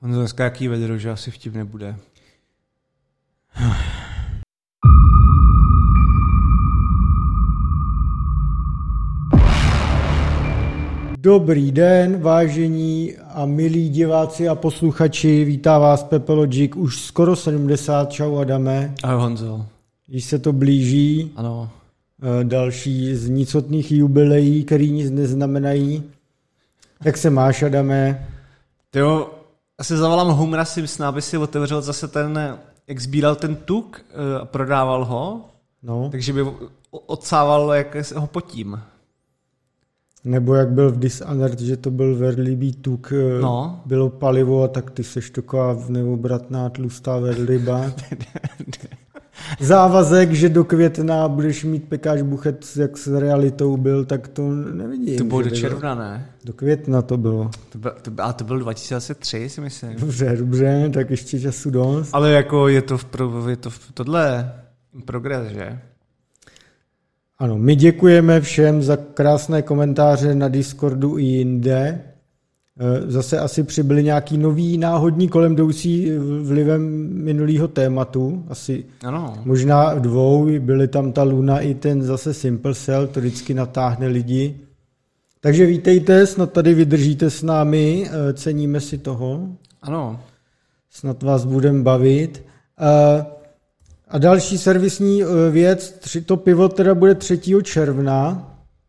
On dneska jaký vedro, že asi vtip nebude. Dobrý den, vážení a milí diváci a posluchači, vítá vás Pepe Logic, už skoro 70, čau Adame. Ahoj Honzo. Když se to blíží, ano. Další z nicotných jubileí, který nic neznamenají. Jak se máš, Adame? Jo, asi zavolám Humra si myslím, aby si otevřel zase ten, jak sbíral ten tuk a prodával ho, No. Takže by odsával, jak ho potím. Nebo jak byl v Dishonored, že to byl verlibý tuk, no. Bylo palivo a tak ty seš taková neobratná tlustá velryba. Závazek, že do května budeš mít pekáč buchet, jak s realitou byl, tak to nevidím. To bylo do června, ne? Do května to bylo. To byl 2003, si myslím. Dobře, tak ještě času dost. Ale jako je to tohle progres, že? Ano, my děkujeme všem za krásné komentáře na Discordu i jinde. Zase asi přibyli nějaký nový náhodní kolem jdoucí vlivem minulého tématu. Asi ano. Možná 2, byly tam ta Luna i ten zase Simple Cell, to vždycky natáhne lidi. Takže vítejte, snad tady vydržíte s námi, ceníme si toho. Ano. Snad vás budeme bavit. A další servisní věc, to pivo teda bude 3. června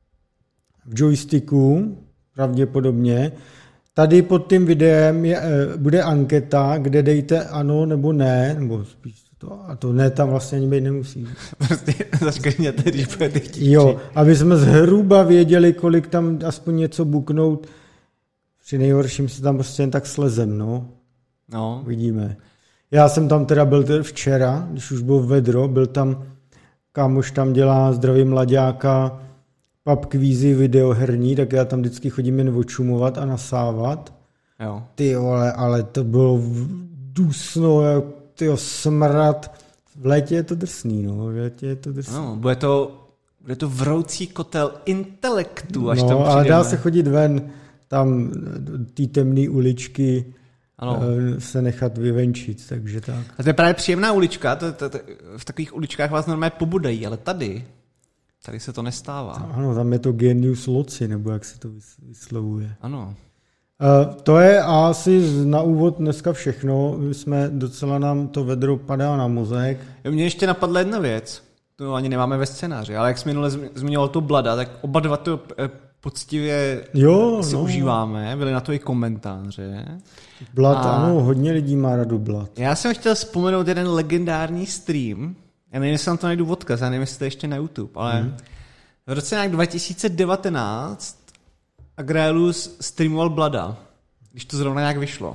v Joysticku, pravděpodobně. Tady pod tím videem bude anketa, kde dejte ano nebo ne, nebo spíš to ne tam vlastně ani být nemusí. Prostě zaškrtněte, když budete chtít. Jo, aby jsme zhruba věděli, kolik tam aspoň něco buknout. Při nejhorším se tam prostě jen tak slezem, no. Vidíme. Já jsem tam teda byl včera, když už bylo vedro, byl tam, kámoš tam dělá Zdraví mlaďáka, pub kvízy videoherní, tak já tam vždycky chodím jen očumovat a nasávat. Jo. Ty vole, ale to bylo dusno, tyjo, smrad. V létě je to drsný, no, v létě je to drsný. No, bude to vroucí kotel intelektu, až tam přijdeme. No, ale dá se chodit ven, tam ty temné uličky, ano. Se nechat vyvenčit, takže tak. A to je právě příjemná ulička, v takových uličkách vás normálně pobudají, ale tady se to nestává. Ano, tam je to genius loci, nebo jak se to vyslovuje. Ano. To je asi na úvod dneska všechno, docela nám to vedro padá na mozek. Mně ještě napadla jedna věc, to ani nemáme ve scénáři, ale jak jsi minule zmiňoval to Blada, tak oba dva to poctivě si užíváme, byly na to i komentáře. Blood, ano, hodně lidí má radu Blood. Já jsem chtěl vzpomenout jeden legendární stream, já nevím, jestli tam to najdu odkaz, já nevím, jestli to ještě na YouTube, ale v roce nějak 2019 Agrelus streamoval Blada, když to zrovna nějak vyšlo.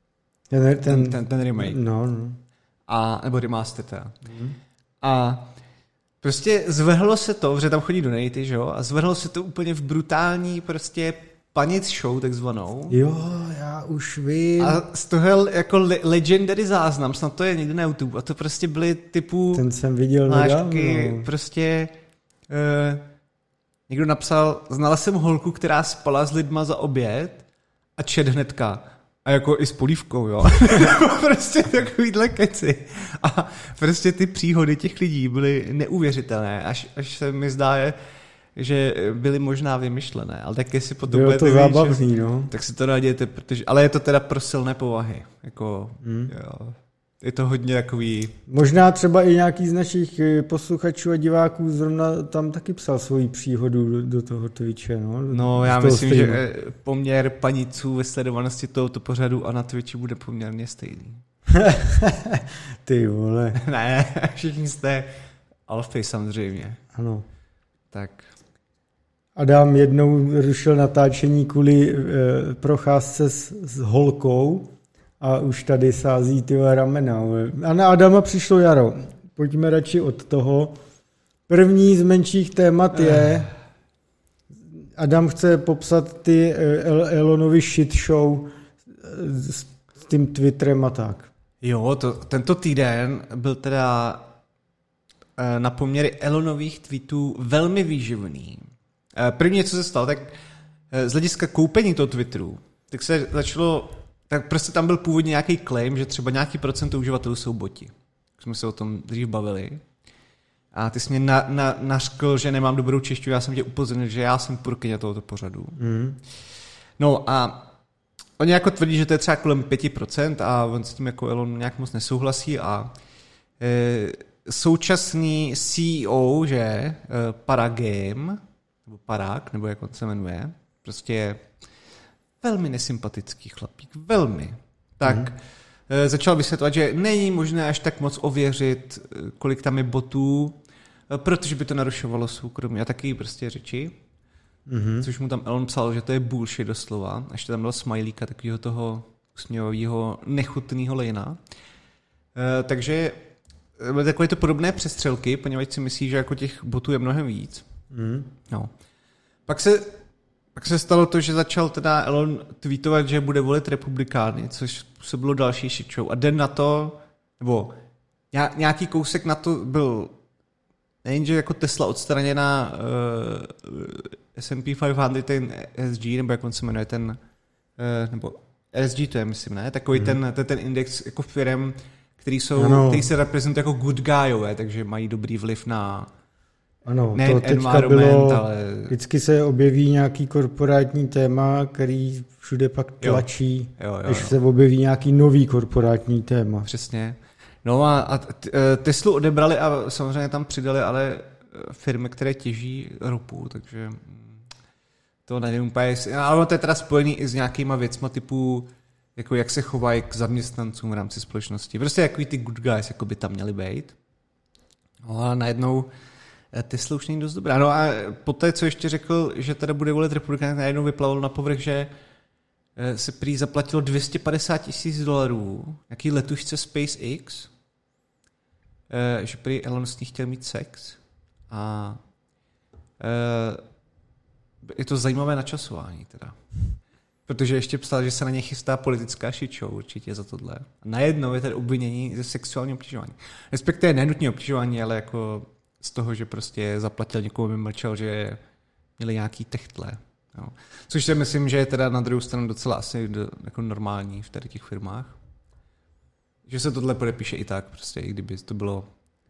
Ten remake. No. Nebo remaster teda. A prostě zvrhlo se to, že tam chodí donaty, že jo? A zvrhlo se to úplně v brutální prostě panic show takzvanou. Jo, já už vím. A z toho jako legendary záznam, snad to je někde na YouTube. A to prostě byly typu... Ten jsem viděl nedávno. Prostě někdo napsal, znala jsem holku, která spala s lidma za oběd a čet hnedka. A jako i s polívkou, jo. Prostě takovýhle keci. A prostě ty příhody těch lidí byly neuvěřitelné, až se mi zdá, že byly možná vymyšlené. Ale tak jestli potom bylo to zábavný, no. Tak si to nadějte, ale je to teda pro silné povahy. Jako, jo. Je to hodně takový... Možná třeba i nějaký z našich posluchačů a diváků zrovna tam taky psal svoji příhodu do toho Twitche, no. No, já myslím, že poměr paniců ve sledovanosti tohoto pořadu a na Twitchi bude poměrně stejný. Ty vole. Ne, všichni jste alfy samozřejmě. Ano. Tak. Adam jednou rušil natáčení kvůli procházce s holkou a už tady sází ty ramena. A na Adama přišlo jaro. Pojďme radši od toho. První z menších témat je, Adam chce popsat ty Elonovy shit show s tím Twitterem a tak. Jo, tento týden byl teda na poměry Elonových tweetů velmi výživný. První, co se stalo, tak z hlediska koupení toho Twitteru, tak se začalo tak prostě tam byl původně nějaký claim, že třeba nějaký procento uživatelů jsou boti. Jsme se o tom dřív bavili. A ty jsi mě nařkl, že nemám dobrou češtinu, já jsem tě upozornil, že já jsem purkyně tohoto pořadu. No a oni jako tvrdí, že to je třeba kolem 5% a on s tím jako Elon nějak moc nesouhlasí a současný CEO, že Paragame, nebo Parag, nebo jak on se jmenuje, prostě velmi nesympatický chlapík, velmi. Tak začal vysvětlovat, že není možné až tak moc ověřit, kolik tam je botů, protože by to narušovalo soukromí a taky prostě řeči. Což mu tam Elon psal, že to je bullshit doslova. Ještě tam dal smajlíka takového toho usměvavého, nechutného lejna. Takže takové to podobné přestřelky, poněvadž si myslí, že jako těch botů je mnohem víc. No. Pak se stalo to, že začal teda Elon tweetovat, že bude volit republikány, což se bylo další shit show. A den na to, nebo nějaký kousek na to byl nejenže jako Tesla odstraněná S&P 500, ten SG, nebo jak on se jmenuje, ten, nebo SG to je, myslím, ne? Takový ten index jako firem, který se reprezentují jako good guyové, takže mají dobrý vliv na ne to teďka bylo, ale vždycky se objeví nějaký korporátní téma, který všude pak tlačí, když se objeví nějaký nový korporátní téma. Přesně. No a Teslu odebrali a samozřejmě tam přidali ale firmy, které těží ropu, takže to nevím úplně, ale to je teda spojený i s nějakýma věcma typu, jako jak se chovají k zaměstnancům v rámci společnosti. Prostě jaký ty good guys jako by tam měli být. No a najednou Tesla už není dost dobrá. No a poté, co ještě řekl, že teda bude volit republikán, najednou vyplavilo na povrch, že se prý zaplatilo $250,000 nějaký letušce SpaceX, že prý Elon s ní chtěl mít sex a je to zajímavé načasování teda. Protože ještě psal, že se na ně chystá politická shit show určitě za tohle. A najednou je tady obvinění ze sexuálního obtěžování. Respektive nenutně obtěžování, ale jako z toho, že prostě zaplatil někomu, by mlčel, že měli nějaký techtle. Jo. Což si myslím, že je teda na druhou stranu docela asi jako normální v tady těch firmách. Že se tohle podepíše i tak, prostě, i kdyby to bylo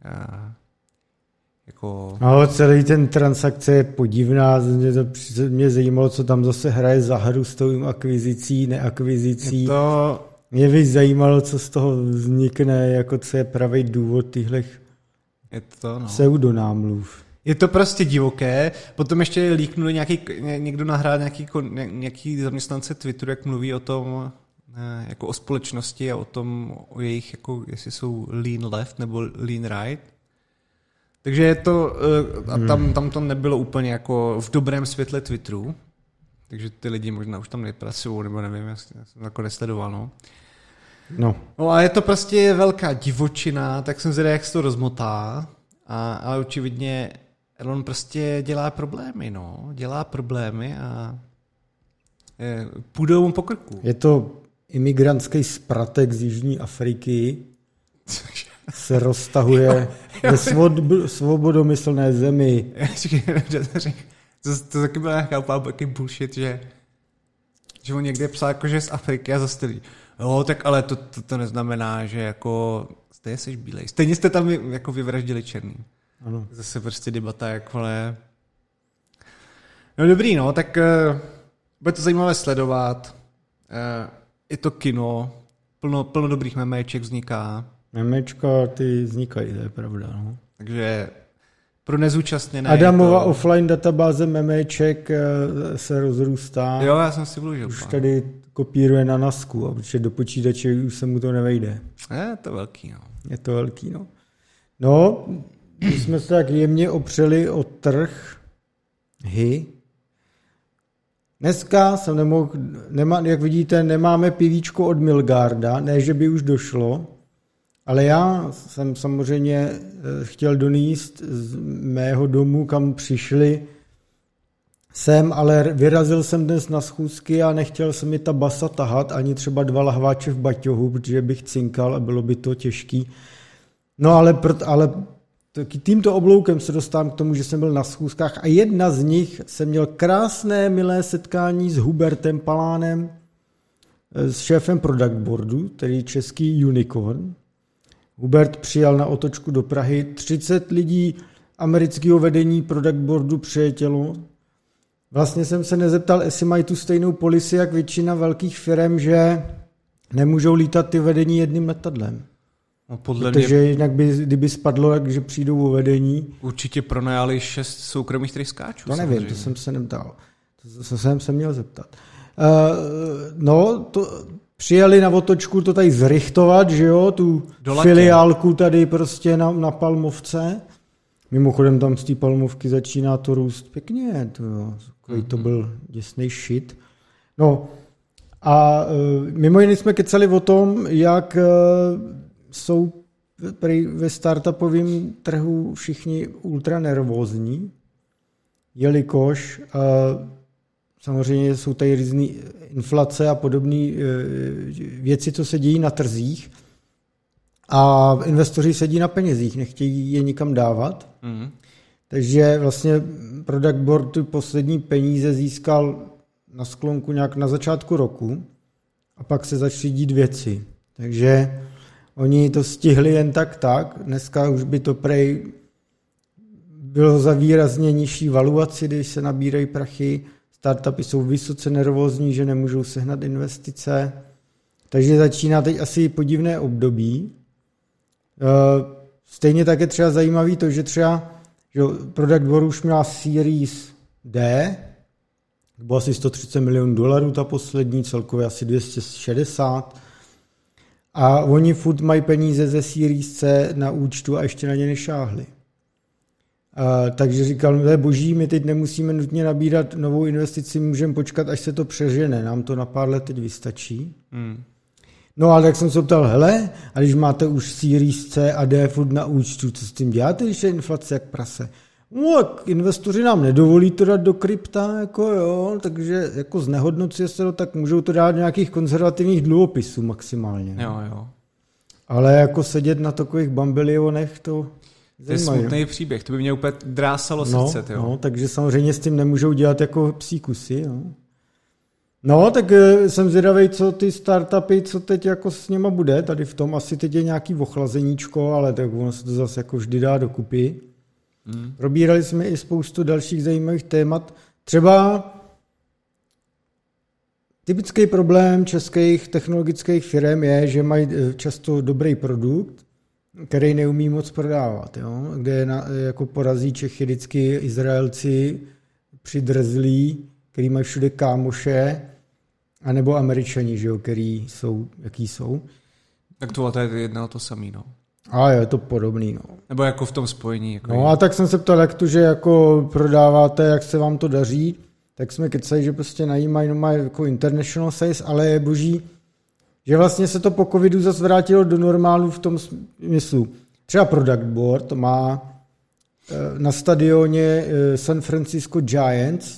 jako... Ale celý ten transakce je podivná, mě zajímalo, co tam zase hraje za hru s tou akvizicí, neakvizicí. Mě by zajímalo, co z toho vznikne, jako co je pravý důvod těchto pseudonámluv. Je to prostě divoké, potom ještě líknuli někdo nahrál nějaký zaměstnance Twitteru, jak mluví o tom, jako o společnosti a o jejich, jako jestli jsou lean left nebo lean right. Takže je to, a tam to nebylo úplně jako v dobrém světle Twitteru, takže ty lidi možná už tam nepracují, nebo nevím, já jsem jako nesledoval, No a je to prostě velká divočina, tak jsem zvědavý, jak se to rozmotá, ale očividně Elon prostě dělá problémy a půjdou mu po krku. Je to imigrantský spratek z Jižní Afriky, se roztahuje ve svobodomyslné zemi. To taky byla nějaká úplný bullshit, že on někde psal jako, že je z Afriky a zase tak ale to neznamená, že jako stejně jsi bílej. Stejně jste tam jako vyvraždili černý. Ano. Zase prostě debata, jak ale... No dobrý, tak bude to zajímavé sledovat. Je to kino, plno dobrých memeček vzniká. Memečka, ty vznikají, to je pravda. No. Takže pro nezúčastněné... Adamova offline databáze memeček se rozrůstá. Jo, já jsem si vložil. Už tady kopíruje na NASku, protože do počítače už se mu to nevejde. Je to velký, Je to velký, No, my jsme se tak jemně opřeli o trh. Dneska jsem nemohl, jak vidíte, nemáme pivíčko od Milgarda, ne, že by už došlo, ale já jsem samozřejmě chtěl donést z mého domu, kam přišli sem, ale vyrazil jsem dnes na schůzky a nechtěl jsem mi ta basa tahat, ani třeba 2 lahváče v baťohu, protože bych cinkal a bylo by to těžký. No ale tímto obloukem se dostávám k tomu, že jsem byl na schůzkách a jedna z nich jsem měl krásné, milé setkání s Hubertem Palánem, s šéfem product boardu, tedy český Unicorn. Hubert přijal na otočku do Prahy, 30 lidí amerického vedení product boardu přijetělo. Vlastně jsem se nezeptal, jestli mají tu stejnou policy, jak většina velkých firm, že nemůžou lítat ty vedení jedním letadlem. No podle protože mě jinak kdyby spadlo, takže přijdou o vedení. určitě pronajali 6 soukromých tryskáčů. To nevím, samozřejmě. to jsem se neptal. To jsem se měl zeptat. Přijeli na otočku to tady zrichtovat, že jo, tu filiálku tady prostě na Palmovce. Mimochodem tam z té Palmovky začíná to růst pěkně, to byl děsnej shit. No a mimo jiné jsme kecali o tom, jak jsou ve startupovém trhu všichni ultra nervózní, jelikož samozřejmě jsou tady různé inflace a podobné věci, co se dějí na trzích a investoři sedí na penězích, nechtějí je nikam dávat. Mm. Takže vlastně Product Board ty poslední peníze získal na sklonku nějak na začátku roku a pak se začaly dít věci. Takže oni to stihli jen tak. Dneska už by to prej bylo za výrazně nižší valuaci, když se nabírají prachy. Startupy jsou vysoce nervózní, že nemůžou sehnat investice. Takže začíná teď asi podivné období. Stejně tak je třeba zajímavý to, že třeba Product Board už měla Series D, bylo asi $130 milionů, ta poslední, celkově asi 260. A oni furt mají peníze ze Series C na účtu a ještě na ně nešáhli. Takže říkal, to je boží, my teď nemusíme nutně nabírat novou investici, můžeme počkat, až se to přežene, nám to na pár let teď vystačí. No ale tak jsem se ptal, hele, a když máte už Series C a D furt na účtu, co s tím děláte, když je inflace jak prase? No, tak investoři nám nedovolí to dát do krypta, jako jo, takže jako znehodnocuje se to, tak můžou to dát nějakých konzervativních dluhopisů maximálně. Jo. Ale jako sedět na takových bambilionech, to je smutný příběh, to by mě úplně drásalo srdce. No, takže samozřejmě s tím nemůžou dělat jako psí kusy. Jo. No, tak jsem zvědavej, co ty startupy, co teď jako s nima bude, tady v tom asi teď je nějaký ochlazeníčko, ale tak ono se to zase jako vždy dá dokupy. Probírali jsme i spoustu dalších zajímavých témat. Třeba typický problém českých technologických firm je, že mají často dobrý produkt, který neumí moc prodávat. Jo? Kde jako porazí Čechy vždycky Izraelci přidrzlí, který mají všude kámoše, anebo Američani, že jo, který jsou, jaký jsou. Tak to je jedno to samý, no. A je to podobný, no. Nebo jako v tom spojení. Jako no a tak jsem se ptal, jak to, že jako prodáváte, jak se vám to daří, tak jsme kecali, že prostě najímají jako international sales, ale je boží, že vlastně se to po covidu zase vrátilo do normálu v tom smyslu. Třeba Product Board má na stadioně San Francisco Giants,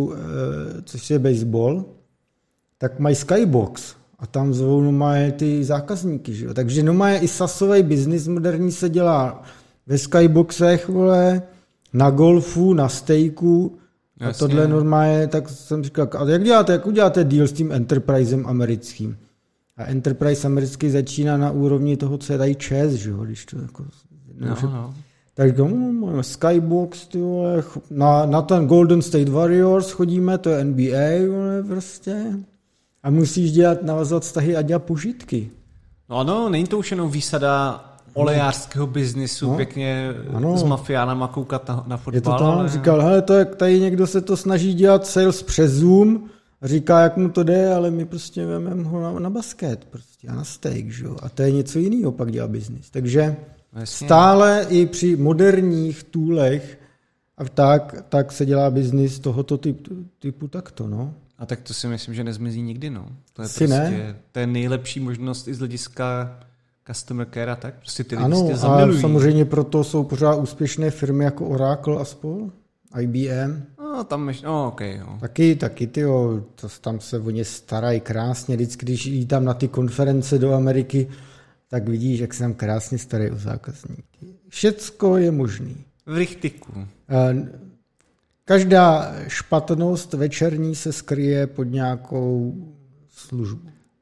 což je baseball, tak mají Skybox a tam zvou mají ty zákazníky. Že? Takže i sasový biznis moderní se dělá ve Skyboxech, vole, na golfu, na stejku a tohle normálně, tak jsem říkal, a jak uděláte deal s tím Enterprisem americkým? A Enterprise americký začíná na úrovni toho, co je tady ČES, že jo, když to jako... No. Tak máme Skybox, tyhle, na ten Golden State Warriors chodíme, to je NBA, prostě. A musíš navazovat vztahy a dělat požitky. No ano, není to už jenom výsada olejářského biznisu, pěkně s mafiánama koukat na fotbal. Je to tam, ale... říkal, hele, to jak tady někdo se to snaží dělat sales přes Zoom, říká, jak mu to jde, ale my prostě vezmeme ho na basket prostě a na steak, že jo. A to je něco jiného, pak dělá biznis. Takže stále i při moderních toolech a tak se dělá biznis tohoto typu takto, no. A tak to si myslím, že nezmizí nikdy, no. To je prostě to je nejlepší možnost i z hlediska customer care a tak. Prostě ty lidi prostě zamilují. A samozřejmě proto jsou pořád úspěšné firmy jako Oracle a spol, IBM. No, tam okay, jo. Taky tyjo, tam se o ně starají krásně. Vždycky, když jí tam na ty konference do Ameriky, tak vidíš, jak se tam krásně starají o zákazníky. Všecko je možný. V richtiku. Každá špatnost večerní se skryje pod nějakou službu.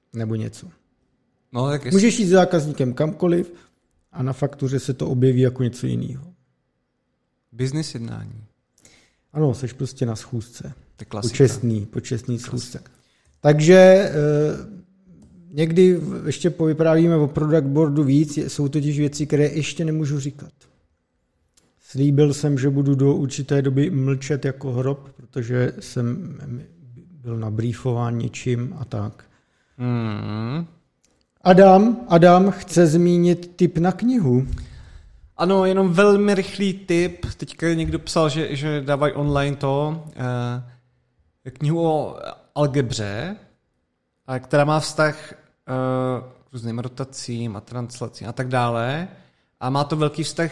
nebo něco. No, tak Můžeš jít s zákazníkem kamkoliv a na faktuře se to objeví jako něco jiného. Business jednání. Ano, seš prostě na schůzce. Počestný schůzce. Takže někdy ještě povyprávíme o product boardu víc, jsou totiž věci, které ještě nemůžu říkat. Slíbil jsem, že budu do určité doby mlčet jako hrob, protože jsem byl nabrýfován něčím a tak. Adam chce zmínit tip na knihu. Ano, jenom velmi rychlý tip. Teďka někdo psal, že dávají online knihu o algebře, která má vztah k různým rotacím a translacím a tak dále. A má to velký vztah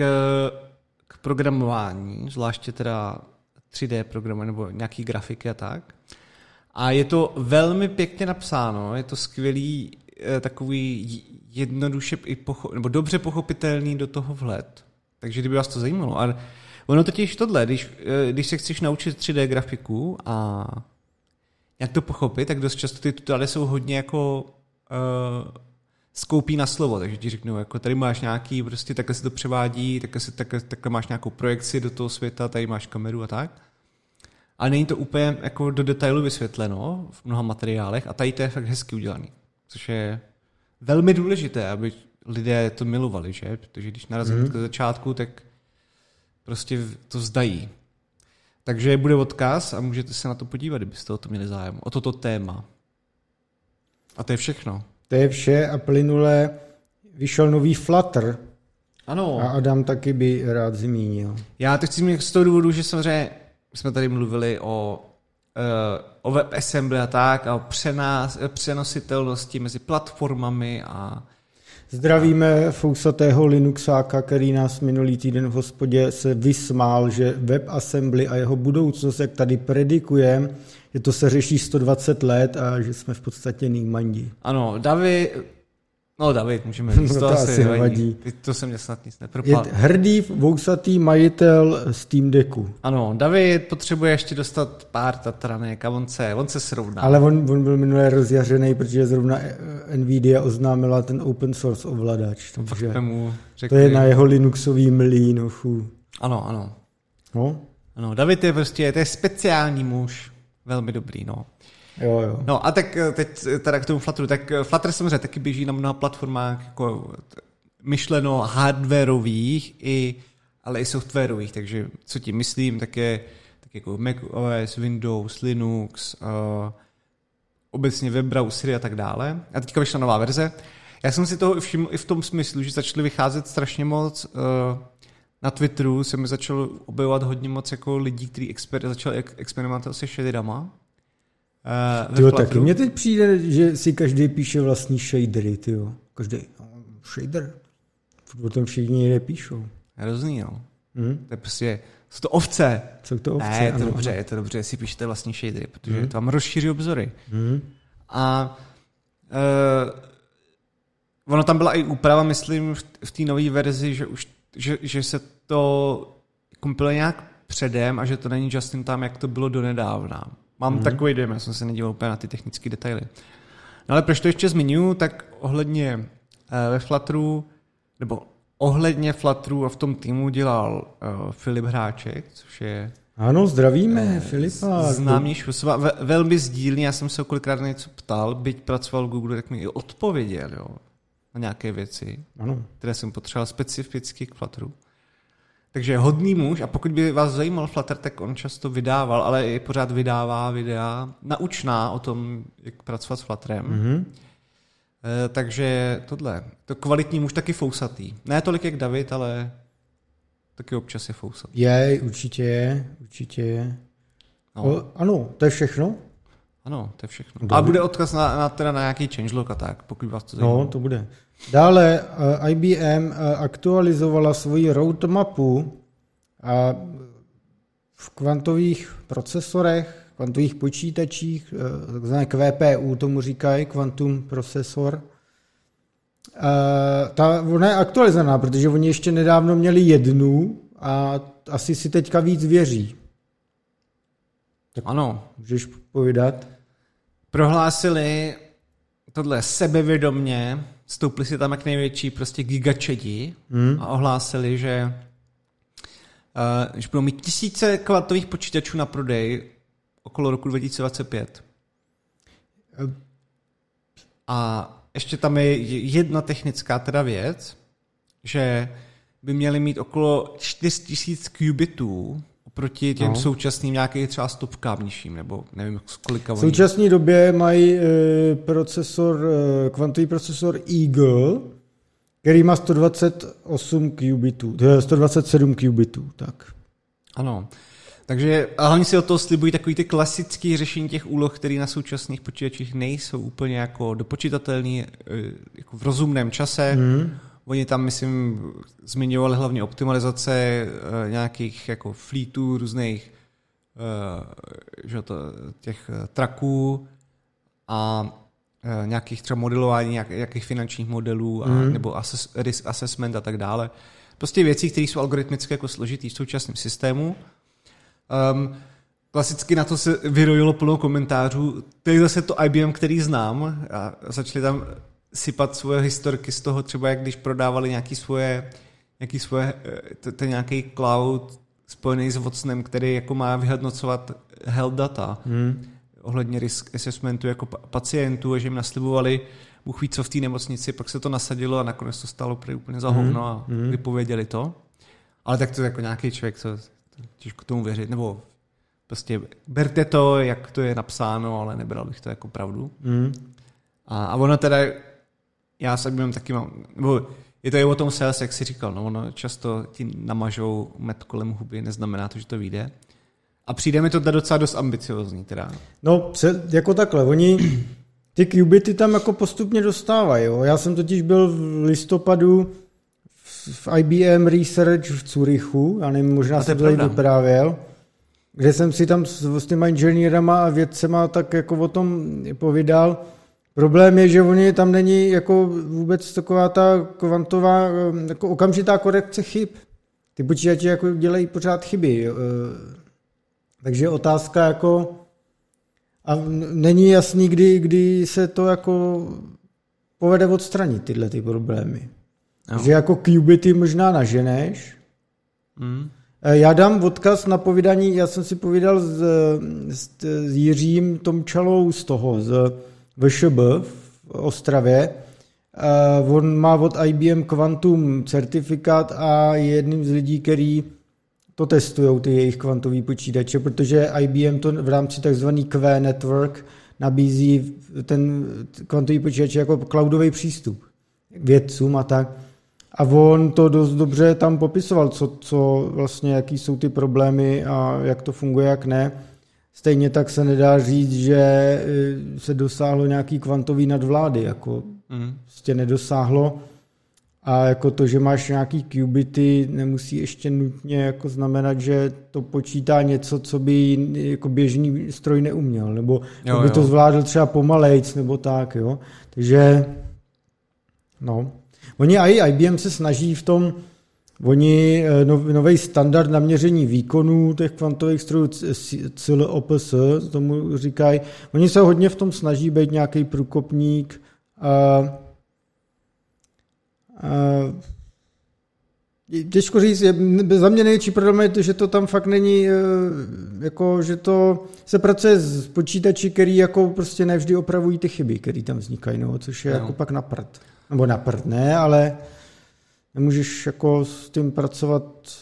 k programování, zvláště teda 3D programování nebo nějaký grafiky a tak. A je to velmi pěkně napsáno, je to skvělý takový jednoduše nebo dobře pochopitelný do toho vhled. Takže kdyby vás to zajímalo. A ono totiž tohle, když se chceš naučit 3D grafiku a jak to pochopit, tak dost často ty tutoriály jsou hodně jako skoupí na slovo, takže ti řeknu, jako tady máš nějaký, prostě takhle se to převádí, takhle máš nějakou projekci do toho světa, tady máš kameru a tak. A není to úplně jako do detailu vysvětleno v mnoha materiálech a tady to je fakt hezky udělaný, což je velmi důležité, aby lidé to milovali, že? Protože když narazí do začátku, tak prostě to vzdají. Takže bude odkaz a můžete se na to podívat, kdybyste o to měli zájem. O toto téma. A to je všechno. To je vše a plynule vyšel nový Flutter. Ano. A Adam taky by rád zmínil. Já to chci zmínit z toho důvodu, že samozřejmě jsme tady mluvili o WebAssembly a tak, a o přenositelnosti mezi platformami a Zdravíme fousatého Linuxáka, který nás minulý týden v hospodě se vysmál, že WebAssembly a jeho budoucnost, jak tady predikujeme, že to se řeší 120 let a že jsme v podstatě nýmandi. Ano, David, můžeme říct, to asi nevadí. To se mě snad nic nepropal. Je hrdý vousatý majitel Steam Decku. Ano, David potřebuje ještě dostat pár tatranek a on se srovná. Ale on byl minulé rozjařený, protože zrovna Nvidia oznámila ten open source ovladač. Takže to je na jeho Linuxový mlýn. Ano. No? Ano, David je prostě, to je speciální muž. Velmi dobrý, no. Jo. No a tak teď teda k tomu Flutteru, tak Flutter samozřejmě taky běží na mnoha platformách jako myšleno hardwareových, ale i softwarových, takže co tím myslím, tak jako Mac OS, Windows, Linux, obecně web browsery a tak dále. A teďka vyšla nová verze. Já jsem si toho všiml i v tom smyslu, že začaly vycházet strašně moc na Twitteru, se mi začalo objevovat hodně moc jako lidí, kteří začali experimentovat se shaderama. Taky mně teď přijde, že si každý píše vlastní shadery, tyjo. Každý shader. O tom všichni někde píšou. Hrozný, no. To je prostě, jsou to ovce. Jsou to ovce, ne, je to dobře, jestli píšete vlastní shadery, protože to vám rozšíří obzory. A ono tam byla i úprava, myslím, v té nové verzi, že se to kompiluje nějak předem a že to není just in time, jak to bylo donedávna. Mám takový dojem, já jsem se nedíval úplně na ty technické detaily. No ale proč to ještě zmiňuji, tak ohledně ve Flutteru, nebo ohledně Flutteru a v tom týmu dělal Filip Hráček, což je... Ano, zdravíme Filipa. Známější osoba, velmi sdílný, já jsem se kolikrát na něco ptal, byť pracoval v Google, tak mi i odpověděl, jo, na nějaké věci, které jsem potřeboval specificky k Flutteru. Takže hodný muž a pokud by vás zajímal Flutter, tak on často vydával, ale i pořád vydává videa naučná o tom, jak pracovat s Flutterem. Takže tohle. To kvalitní muž taky fousatý. Ne tolik jak David, ale taky občas je fousatý. Určitě je. No. Ano, to je všechno? Ano, to je všechno. A bude odkaz na nějaký changelog a tak, pokud vás to zajímá. No, to bude. Dále IBM aktualizovala svoji roadmapu a v kvantových procesorech, kvantových počítačích, takzvané QPU tomu říkají, Quantum Processor. Ona je aktualizovaná, protože oni ještě nedávno měli jednu a asi si teďka víc věří. Tak ano. Můžeš povídat? Prohlásili tohle sebevědomně stoupli si tam jak největší prostě gigačedi a ohlásili, že budou mít 1000 kvantových počítačů na prodej okolo roku 2025. A ještě tam je jedna technická teda věc, že by měli mít okolo 4000 qubitů oproti těm současným nějakých třeba stovkám nižším, nebo nevím, kolika v současné době mají kvantový procesor Eagle, který má 128 qubitů, to je 127 qubitů, tak. Ano. Takže a hlavně si od toho slibují takový ty klasický řešení těch úloh, které na současných počítačích nejsou úplně jako dopočítatelný jako v rozumném čase. Oni tam, myslím, zmiňovali hlavně optimalizace nějakých jako fleetů, různých těch tracků a nějakých třeba modelování nějakých finančních modelů nebo risk assessment a tak dále. Prostě věcí, které jsou algoritmicky jako složitý v současném systému. Klasicky na to se vyrojilo plno komentářů. To je zase to IBM, který znám a začali tam sypat svoje historky z toho, třeba jak když prodávali nějaký nějaký cloud spojený s Watsonem, který jako má vyhodnocovat health data ohledně risk assessmentu jako pacientů, a že jim naslibovali Bůh ví co v té nemocnici, pak se to nasadilo a nakonec to stalo úplně za hovno a vypověděli to. Ale tak to jako nějaký člověk, co těžko tomu věřit, nebo prostě berte to, jak to je napsáno, ale nebral bych to jako pravdu. A ono teda, já se bývám taky mám, nebo je to i o tom sales, jak jsi říkal, no ono často ti namažou med kolem huby, neznamená to, že to vyjde. A přijde mi to docela dost ambiciozní teda. No, jako takhle, oni ty qubity tam jako postupně dostávají, jo. Já jsem totiž byl v listopadu v IBM Research v Curychu, já nevím, možná jsem to tady vyprávěl, kde jsem si tam s těma inženýrama a vědcema tak jako o tom povídal. Problém je, že oni tam není jako vůbec taková ta kvantová, jako okamžitá korekce chyb. Ty počítače jako dělají pořád chyby. Takže otázka jako a není jasný, kdy se to jako povede odstranit tyhle ty problémy. No. Že jako qubity možná naženeš. Já dám odkaz na povídání, já jsem si povídal s Jiřím Tomčalou z VŠB v Ostravě. On má od IBM Quantum certifikát a je jedním z lidí, který to testujou, ty jejich kvantový počítače, protože IBM to v rámci takzvaný Q Network nabízí ten kvantový počítač jako cloudový přístup k vědcům a tak. A on to dost dobře tam popisoval, co vlastně, jaký jsou ty problémy a jak to funguje, jak ne. Stejně tak se nedá říct, že se dosáhlo nějaký kvantový nadvlády, jako prostě nedosáhlo. A jako to, že máš nějaký qubity, nemusí ještě nutně jako znamenat, že to počítá něco, co by jako běžný stroj neuměl, nebo by to zvládl třeba pomalejc, nebo tak, jo. Takže, no. Oni i IBM se snaží v tom, oni nový standard na měření výkonů těch kvantových strojů CLOPS, tomu říkají, oni se hodně v tom snaží být nějaký průkopník. Těžko říct, za mě největší problém je to, že to tam fakt není, jako, že to se pracuje s počítači, který jako prostě nevždy opravují ty chyby, které tam vznikají, no, což je jako pak na prd. Nebo na prd ne, ale nemůžeš jako s tím pracovat.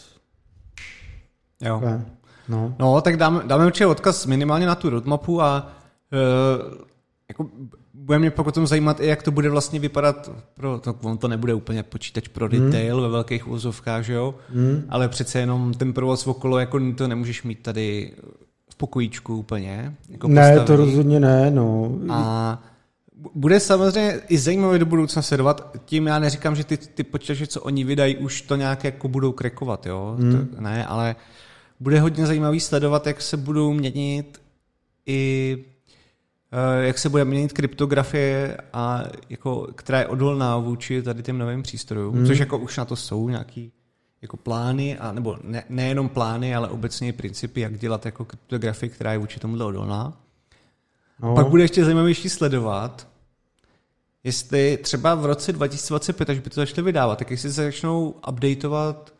Jo. No, tak dáme určitě odkaz minimálně na tu roadmapu a jako bude mě potom zajímat i, jak to bude vlastně vypadat on to nebude úplně počítač pro retail ve velkých úzovkách, že jo? Ale přece jenom ten provoz okolo, jako to nemůžeš mít tady v pokojíčku úplně. Jako ne, postavený. To rozhodně ne, no. A bude samozřejmě i zajímavé do budoucna sledovat, tím já neříkám, že ty počítače, co oni vydají, už to nějak jako budou krekovat, jo? To, ne, ale bude hodně zajímavý sledovat, jak se budou měnit i jak se bude měnit kryptografie a jako, která je odolná vůči tady těm novým přístrojům, což jako už na to jsou nějaký jako plány, a, nebo nejenom plány, ale obecně principy, jak dělat jako kryptografii, která je vůči tomuhle odolná. No. Pak bude ještě zajímavější sledovat, jestli třeba v roce 2025, až by to začali vydávat, tak jestli se začnou updateovat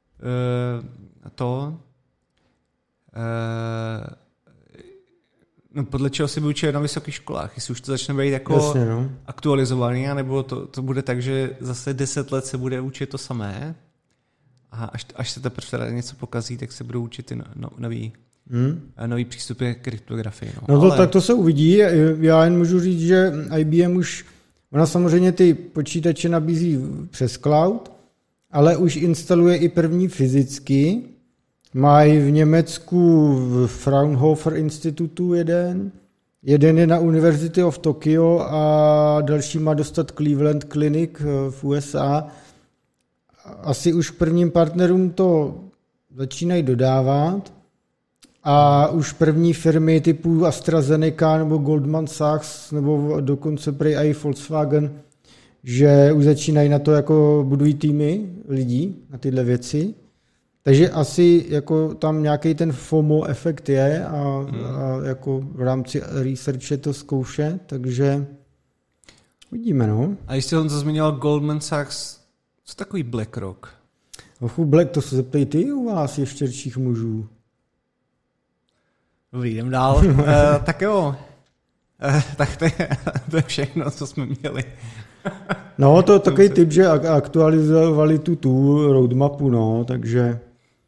no podle čeho se vyučuje na vysokých školách, jestli už to začne být jako Jasně, no. aktualizovaný, nebo to bude tak, že zase 10 let se bude učit to samé a až se teprve něco pokazí, tak se budou učit ty nový přístupy k kryptografii. Tak to se uvidí. Já jen můžu říct, že IBM už, ona samozřejmě ty počítače nabízí přes cloud, ale už instaluje i první fyzicky. Mají v Německu v Fraunhofer institutu jeden je na University of Tokyo a další má dostat Cleveland Clinic v USA. Asi už prvním partnerům to začínají dodávat a už první firmy typu AstraZeneca nebo Goldman Sachs nebo dokonce prej i Volkswagen, že už začínají na to, jako budují týmy lidí na tyhle věci. Takže asi jako tam nějaký ten FOMO efekt je a jako v rámci researche to zkoušet, takže uvidíme, no. A ještě on zmiňoval Goldman Sachs, co takový BlackRock? Black, to se zeptej ty u vás ještěrčích mužů. Dobrý, jdem dál. Tak jo, tak to je všechno, co jsme měli. No, to takový typ, že aktualizovali tu roadmapu, no, takže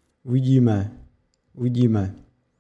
uvidíme.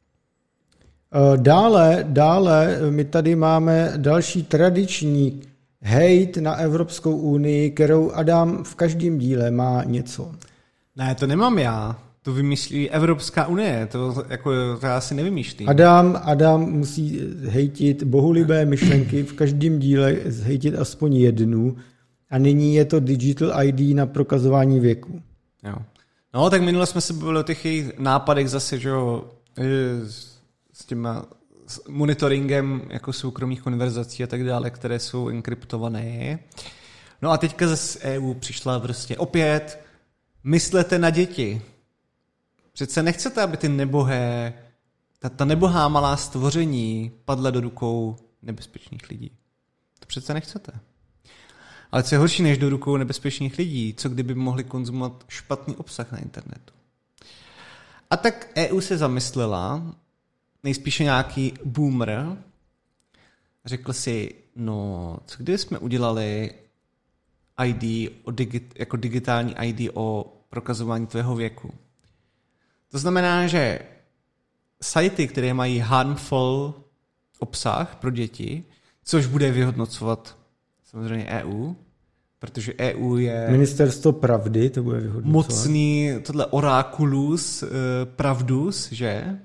Dále my tady máme další tradiční hate na Evropskou unii, kterou Adam v každém díle má něco. Ne, to nemám já. To vymyslí Evropská unie, to já asi nevymýšlím. Adam musí hejtit bohulibé myšlenky, v každém díle hejtit aspoň jednu a nyní je to Digital ID na prokazování věku. Jo. No, tak minule jsme se bavili o těch jejich nápadech zase, že jo, s tím monitoringem jako soukromých konverzací a tak dále, které jsou enkryptované. No a teďka zase EU přišla prostě opět, myslete na děti. Přece nechcete, aby ty nebohé, ta nebohá malá stvoření padla do rukou nebezpečných lidí. To přece nechcete. Ale co je horší než do rukou nebezpečných lidí, co kdyby mohli konzumovat špatný obsah na internetu. A tak EU se zamyslela, nejspíše nějaký boomer, řekl si, no, co kdyby jsme udělali ID, jako digitální ID o prokazování tvého věku. To znamená, že sajty, které mají harmful obsah pro děti, což bude vyhodnocovat samozřejmě EU, protože EU je Ministerstvo pravdy, to bude vyhodnocovat. Mocný, tohle orákulus, pravdus, že?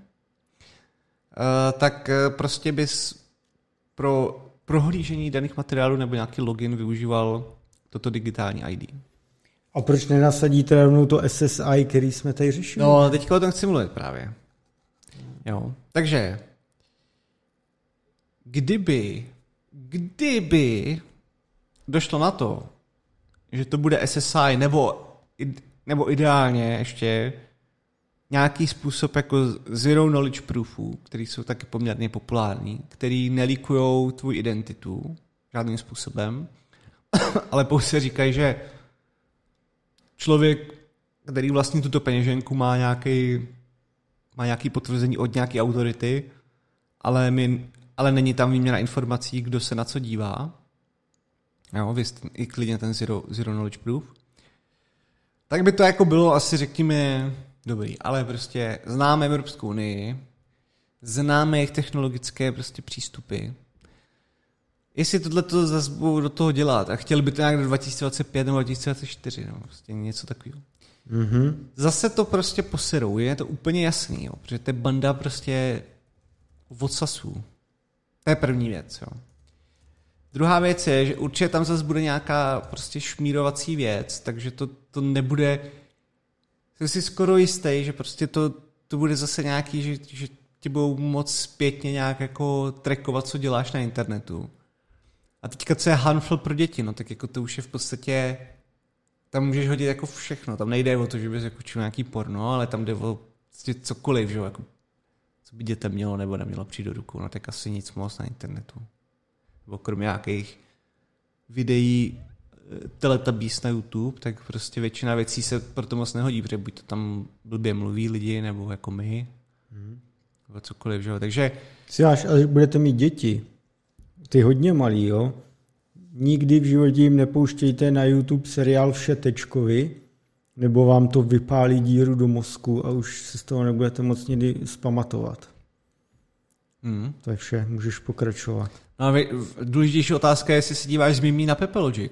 Tak prostě bys pro prohlížení daných materiálů nebo nějaký login využíval toto digitální ID. A proč nenasadíte rovnou to SSI, který jsme tady řešili? No, teďka o tom chci mluvit právě. Jo. Takže, kdyby došlo na to, že to bude SSI, nebo ideálně ještě nějaký způsob jako zero knowledge proofů, který jsou taky poměrně populární, který nelíkujou tvou identitu žádným způsobem, ale pouze říkají, že člověk, který vlastní tuto peněženku, má nějaký potvrzení od nějaké autority, ale není tam výměna informací, kdo se na co dívá. Jo, i klidně ten zero knowledge proof. Tak by to jako bylo asi, řekněme, dobrý, ale prostě známe Evropskou unii, známe jejich technologické prostě přístupy. Jestli tohleto zase budou do toho dělat a chtěli by to nějak do 2025 nebo 2024, no, prostě něco takového. Mm-hmm. Zase to prostě poserou, je to úplně jasný, jo, protože to je banda prostě odsasů. To je první věc, jo. Druhá věc je, že určitě tam zase bude nějaká prostě šmírovací věc, takže to nebude, jsem si skoro jistý, že prostě to bude zase nějaký, že ti budou moc zpětně nějak jako trackovat, co děláš na internetu. A teďka, co je harmful pro děti, no tak jako to už je v podstatě, tam můžeš hodit jako všechno, tam nejde o to, že bys jako čil nějaký porno, ale tam jde o cokoliv, že jo, jako, co by dětem mělo nebo nemělo přijít do rukou, no tak asi nic moc na internetu. Nebo kromě nějakých videí Teletubbies na YouTube, tak prostě většina věcí se proto moc nehodí, protože buď to tam blbě mluví lidi, nebo jako my, nebo cokoliv, že jo. Takže... Si až budete mít děti, ty hodně malý, jo, nikdy v životě jim nepouštějte na YouTube seriál Všetečkovi, nebo vám to vypálí díru do mozku a už se z toho nebudete moc nikdy zpamatovat. To je vše, můžeš pokračovat. No a důležitější otázka je, jestli se díváš z Mimí na Peppelogic.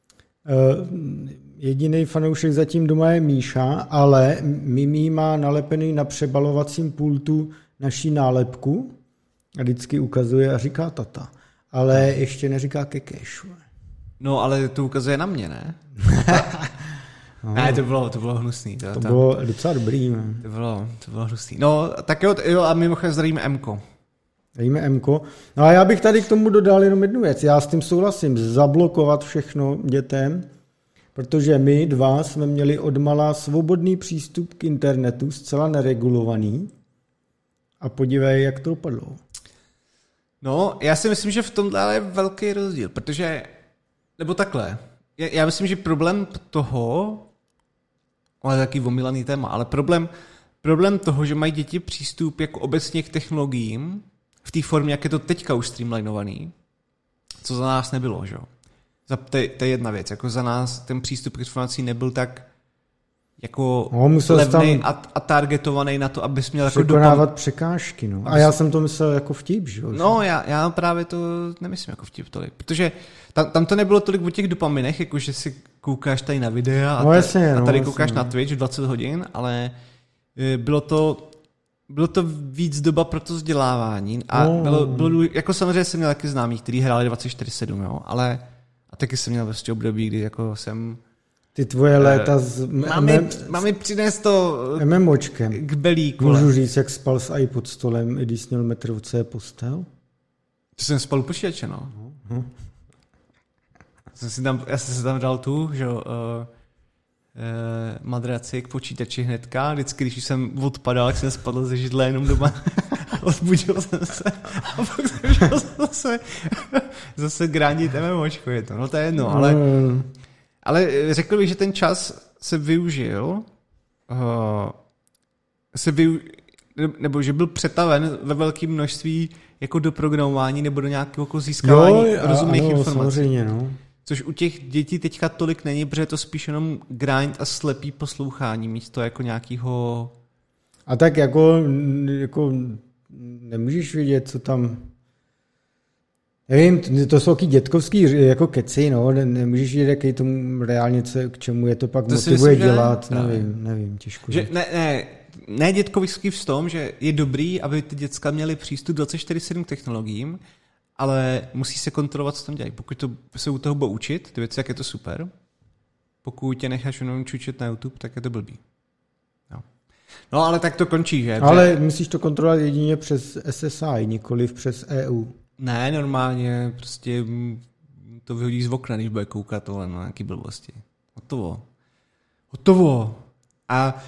Jediný fanoušek zatím doma je Míša, ale Mimí má nalepený na přebalovacím pultu naší nálepku a vždycky ukazuje a říká tata. Ale ještě neříká kekeš. No, ale to ukazuje na mě, ne? No. Ne, to bylo hnusný. To bylo docela dobrý. To bylo hnusný. No, tak jo, a mimochodem zdravíme Emko. Zdravíme Emko. No a já bych tady k tomu dodal jenom jednu věc. Já s tím souhlasím, zablokovat všechno dětem, protože my dva jsme měli odmala svobodný přístup k internetu, zcela neregulovaný. A podívej, jak to dopadlo. No, já si myslím, že v tomhle je velký rozdíl, protože, nebo takhle, já myslím, že problém toho, ale taky omylaný téma, ale problém toho, že mají děti přístup jako obecně k technologiím v té formě, jak je to teďka už streamlinovaný, co za nás nebylo, že jo. To je jedna věc, jako za nás ten přístup k informací nebyl tak jako levnej a targetovaný na to, abys měl jako překonávat překážky, no. A já jsem to myslel jako vtip, že jo? No, já právě to nemyslím jako vtip tolik, protože tam to nebylo tolik o těch dopaminech, jako že si koukáš tady na videa a tady koukáš na Twitch 20 hodin, ale bylo to víc doba pro to vzdělávání a bylo jako samozřejmě jsem měl taky známých, kteří hráli 24/7, jo, ale a taky jsem měl prostě období, kdy jako jsem ty tvoje léta s Mami přines to MMOčkem. K belíku. Můžu říct, jak spal s pod stolem, i když sněl metr od sebe postel? To jsem spal u počítače, no. Já jsem si tam dal tu, že madraci k počítači hnedka. Vždycky, když jsem odpadal, tak jsem spadl ze židle jenom doma. Odbudil jsem se a pak jsem šel zase gránit MMOčko. Je to. No to je jedno, ale řekl bych, že ten čas se využil, nebo že byl přetaven ve velkém množství jako do programování nebo do nějakého jako získávání rozumných informací. Samozřejmě, no. Což u těch dětí teďka tolik není, protože je to spíš jenom grind a slepý poslouchání, místo jako nějakého... A tak jako nemůžeš vidět, co tam... Nevím, to jsou taky dětkovský jako keci, no, nemůžeš vidět, jaký tomu reálně, k čemu je to pak to motivuje myslím, dělat, nevím, těžko. Že, ne dětkovský v tom, že je dobrý, aby ty děcka měly přístup 24/7 technologiím, ale musí se kontrolovat, co tam dělají. Pokud se u toho budou učit, ty věci, jak je to super. Pokud tě necháš jenom čučet na YouTube, tak je to blbý. No, ale tak to končí, že? Ale musíš to kontrolovat jedině přes SSI, nikoliv přes EU. Ne, normálně prostě to vyhodí z okna, když bude koukat tohle na nějaký blbosti. Hotovo. A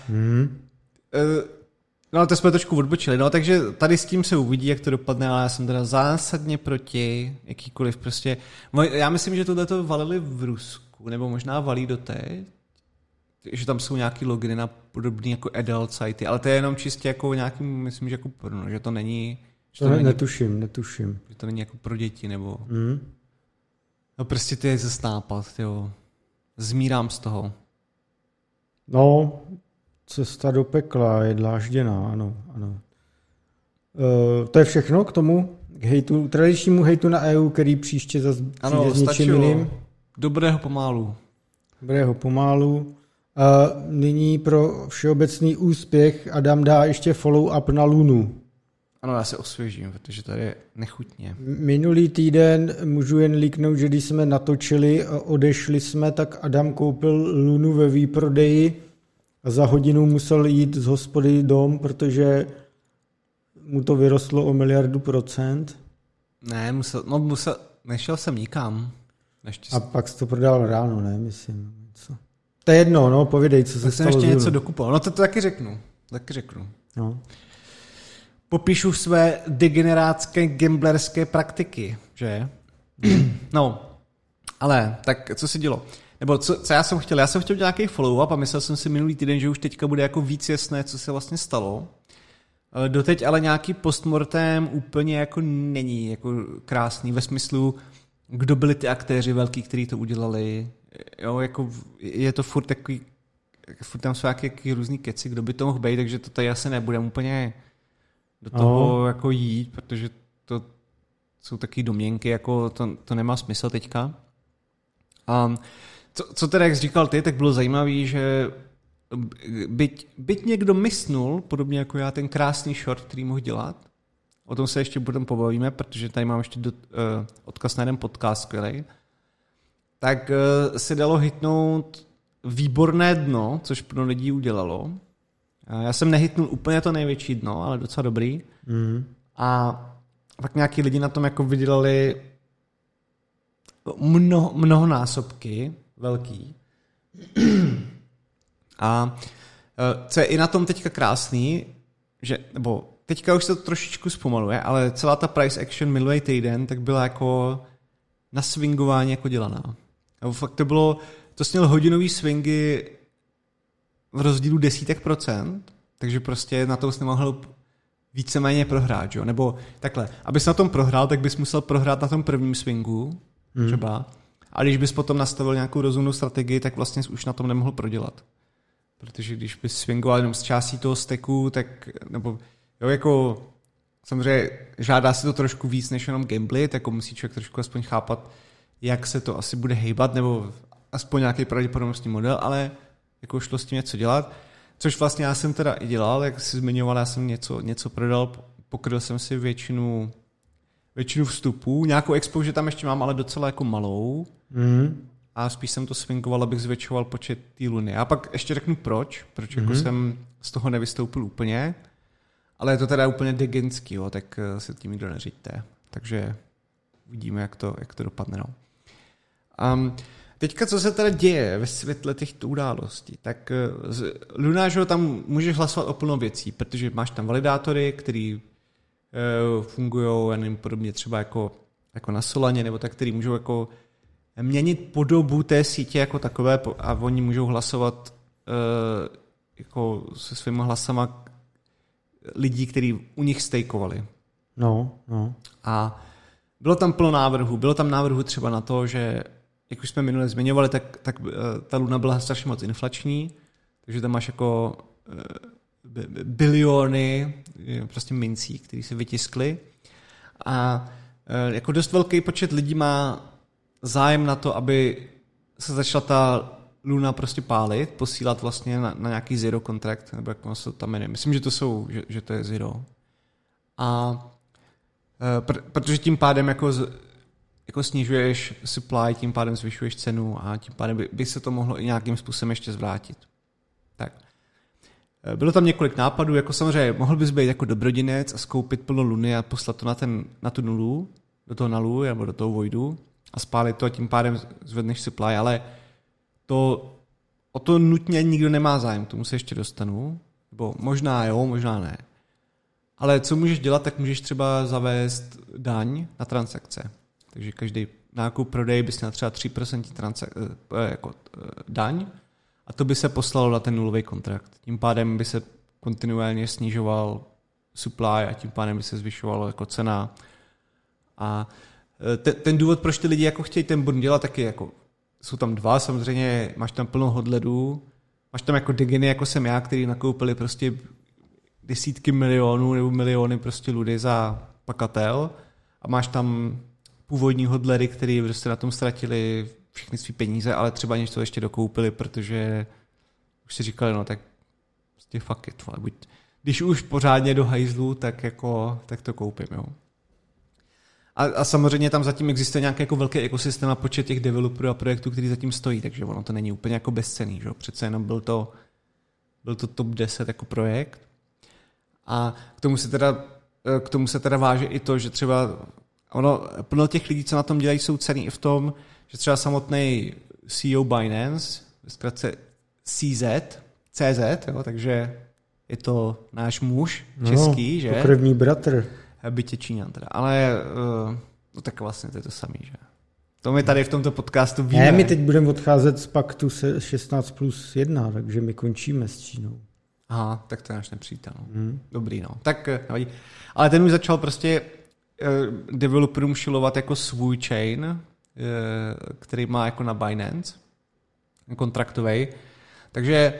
no, to jsme trošku odbočili. No, takže tady s tím se uvidí, jak to dopadne, ale já jsem teda zásadně proti jakýkoliv prostě... Já myslím, že tohleto valili v Rusku, nebo možná valí doteď, že tam jsou nějaký loginy na podobný jako adult sitey, ale to je jenom čistě jako nějaký, myslím, že jako porno, že to není... Netuším. Že to není jako pro děti, nebo... No prostě to je zase nápad, jo. Zmírám z toho. No, cesta do pekla je dlážděná, ano. To je všechno k tomu, k hejtu, tradičnímu hejtu na EU, který příště zase přijde s něčím jiným. Dobrého pomálu. A nyní pro všeobecný úspěch Adam dá ještě follow-up na Lunu. Ano, já se osvěžím, protože tady je nechutně. Minulý týden můžu jen líknout, že když jsme natočili a odešli jsme, tak Adam koupil Lunu ve výprodeji a za hodinu musel jít z hospody dom, protože mu to vyrostlo o 1,000,000%. Ne, nešel jsem nikam. Neštěstí. A pak jsi to prodal ráno, ne, myslím. Co? To je jedno, no, povídej, co se stalo. Jsem ještě něco dokupoval. No to taky řeknu. No. Popíšu své degenerátské gamblerské praktiky, že? No, Ale, tak co se dělo? Nebo co já jsem chtěl? Já jsem chtěl dělat nějaký follow-up a myslel jsem si minulý týden, že už teďka bude jako víc jasné, co se vlastně stalo. Doteď ale nějaký postmortem úplně jako není jako krásný ve smyslu, kdo byli ty aktéři velký, kteří to udělali. Jo, jako je to furt takový, furt tam jsou nějaký různý keci, kdo by to mohl být, takže to tady asi nebudeme úplně do toho jako jít, protože to jsou taky domněnky, jako to nemá smysl teďka. Co teda, jak jsi říkal ty, tak bylo zajímavý, že byť někdo mysnul, podobně jako já, ten krásný short, který mohl dělat, o tom se ještě potom pobavíme, protože tady mám ještě odkaz na jeden podcast skvělej, tak se dalo hitnout výborné dno, což pro lidí udělalo. Já jsem nehitnul úplně to největší dno, ale docela dobrý. A pak nějaký lidi na tom jako vydělali mnohonásobky velký. A co je i na tom teďka krásný, že, nebo teďka už se to trošičku zpomaluje, ale celá ta price action minulý týden tak byla jako na swingování jako dělaná. Nebo fakt to sněl hodinový swingy v rozdílu desítek procent, takže prostě na to jsi nemohl víceméně prohrát, jo? Nebo takhle, abys na tom prohrál, tak bys musel prohrát na tom prvním swingu, třeba, a když bys potom nastavil nějakou rozumnou strategii, tak vlastně už na tom nemohl prodělat. Protože když bys swingoval jenom z částí toho stacku, tak, nebo jo, jako samozřejmě žádá se to trošku víc než jenom gambly, tak musí člověk trošku aspoň chápat, jak se to asi bude hejbat, nebo aspoň nějaký pravděpodobnostní model, ale jako šlo s tím něco dělat. Což vlastně já jsem teda i dělal, jak jsi zmiňoval, já jsem něco prodal, pokryl jsem si většinu vstupů, nějakou exposure tam ještě mám, ale docela jako malou. A spíš jsem to swingoval, abych zvětšoval počet té luny. A pak ještě řeknu proč jako jsem z toho nevystoupil úplně, ale je to teda úplně degenský, jo, tak se tím nikdo neřiďte. Takže uvidíme, jak to dopadne. No. Teďka, co se teda děje ve světle těchto událostí, tak Luna, že tam můžeš hlasovat o plno věcí, protože máš tam validátory, který fungují, já nevím, podobně třeba jako na Solaně, nebo tak, který můžou jako měnit podobu té sítě jako takové a oni můžou hlasovat jako se svýma hlasama lidí, kteří u nich stakeovali. No. A bylo tam plno návrhů. Bylo tam návrhů třeba na to, že jak už jsme minule zmiňovali, tak ta Luna byla strašně moc inflační, takže tam máš jako biliony prostě mincí, které se vytiskly. A jako dost velký počet lidí má zájem na to, aby se začala ta Luna prostě pálit, posílat vlastně na nějaký zero contract, nebo jak se to tam jmenuje. Myslím, že že to je zero. A protože tím pádem jako snižuješ supply, tím pádem zvyšuješ cenu a tím pádem by se to mohlo i nějakým způsobem ještě zvrátit. Tak. Bylo tam několik nápadů, jako samozřejmě mohl bys být jako dobrodinec a skoupit plno Luny a poslat to na tu nulu, do toho nullu nebo do toho voidu a spálit to a tím pádem zvedneš supply, ale o to nutně nikdo nemá zájem, k tomu se ještě dostanu, nebo možná jo, možná ne. Ale co můžeš dělat, tak můžeš třeba zavést daň na transakce. Takže každý nákup, prodej bys měl třeba 3% daň a to by se poslalo na ten nulový kontrakt. Tím pádem by se kontinuálně snižoval supply a tím pádem by se zvyšovalo jako cena. A ten důvod, proč ty lidi jako chtějí ten bon dělat, taky jako jsou tam dva, samozřejmě máš tam plno hodledů, máš tam jako degeny, jako jsem já, který nakoupili prostě desítky milionů nebo miliony prostě ludy za pakatel a máš tam původní hodlery, který prostě na tom ztratili všechny svý peníze, ale třeba něco ještě dokoupili, protože už si říkali, no tak prostě fuck it, když už pořádně do hajzlu, tak to koupím, jo. A samozřejmě tam zatím existuje nějaký jako velký ekosystém a počet těch developerů a projektů, který zatím stojí, takže ono to není úplně jako bezcenný, že? Přece jenom byl to top 10 jako projekt. A k tomu se teda váže i to, že třeba plno těch lidí, co na tom dělají, jsou cenný i v tom, že třeba samotný CEO Binance, zkratce CZ, jo, takže je to náš muž český, že? Pokrevní bratr. Bytě Číňan teda, ale no tak vlastně to je to samý, že? To my tady v tomto podcastu víme. Ne, my teď budeme odcházet z paktu 16+1, takže my končíme s Čínou. Aha, tak to je náš nepřítel. Dobrý, no. Tak nevadí. Ale ten už začal prostě developerům šilovat jako svůj chain, který má jako na Binance, kontraktovej. Takže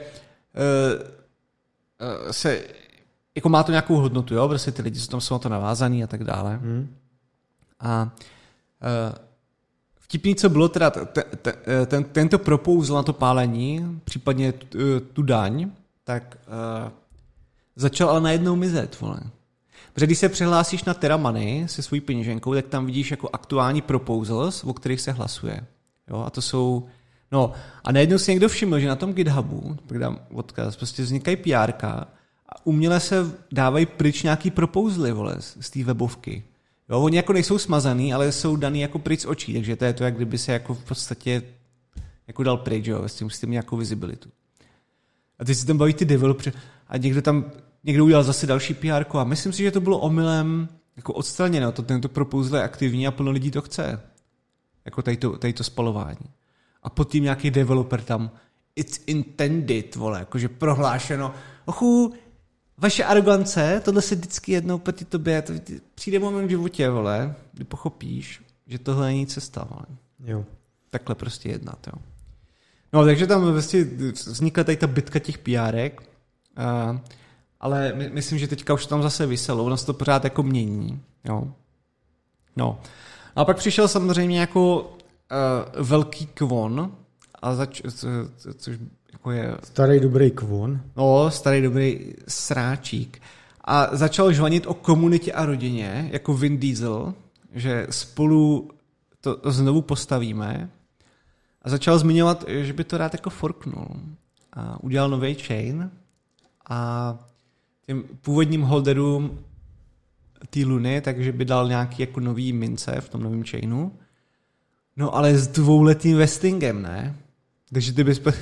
se, jako má to nějakou hodnotu, jo? Prostě ty lidi jsou na to navázaný a tak dále. A vtipný, co bylo teda tento proposal na to pálení, případně tu daň, tak začal ale najednou mizet, vole. Protože když se přihlásíš na Terra Money se svojí peněženkou, tak tam vidíš jako aktuální proposals, o kterých se hlasuje. Jo? A to jsou... No, a najednou si někdo všiml, že na tom GitHubu, pak dám odkaz, prostě vznikají PRka a uměle se dávají pryč nějaký proposaly, vole, z té webovky. Jo? Oni jako nejsou smazaný, ale jsou daný jako pryč z očí, takže to je to, jak kdyby se jako v podstatě jako dal pryč, jo? S tím musíte mít nějakou visibilitu. A teď si tam baví ty developři a někdo udělal zase další PR a myslím si, že to bylo omylem jako odstraněno, tento proposal je aktivní a plno lidí to chce. Jako tady to spalování. A pod tím nějaký developer tam it's intended, vole, jakože prohlášeno. Vaše arogance, tohle se vždycky jednou proti tobě, přijde moment v životě, vole, kdy pochopíš, že tohle není cesta, vole. Jo. Takhle prostě jednat, jo. No, takže tam vlastně vznikla tady ta bitka těch PRek, ale myslím, že teďka už tam zase vyselo, ono se to pořád jako mění, jo. No. A pak přišel samozřejmě jako velký kvon, což jako je... Starý dobrý kvon. No, starý dobrý sráčík. A začal žvanit o komunitě a rodině, jako Vin Diesel, že spolu to znovu postavíme. A začal zmiňovat, že by to rád jako forknul. A udělal nový chain a těm původním holderům té Luny, takže by dal nějaký jako nový mince v tom novém chainu. No ale s 2letým vestingem, ne? Takže ty bys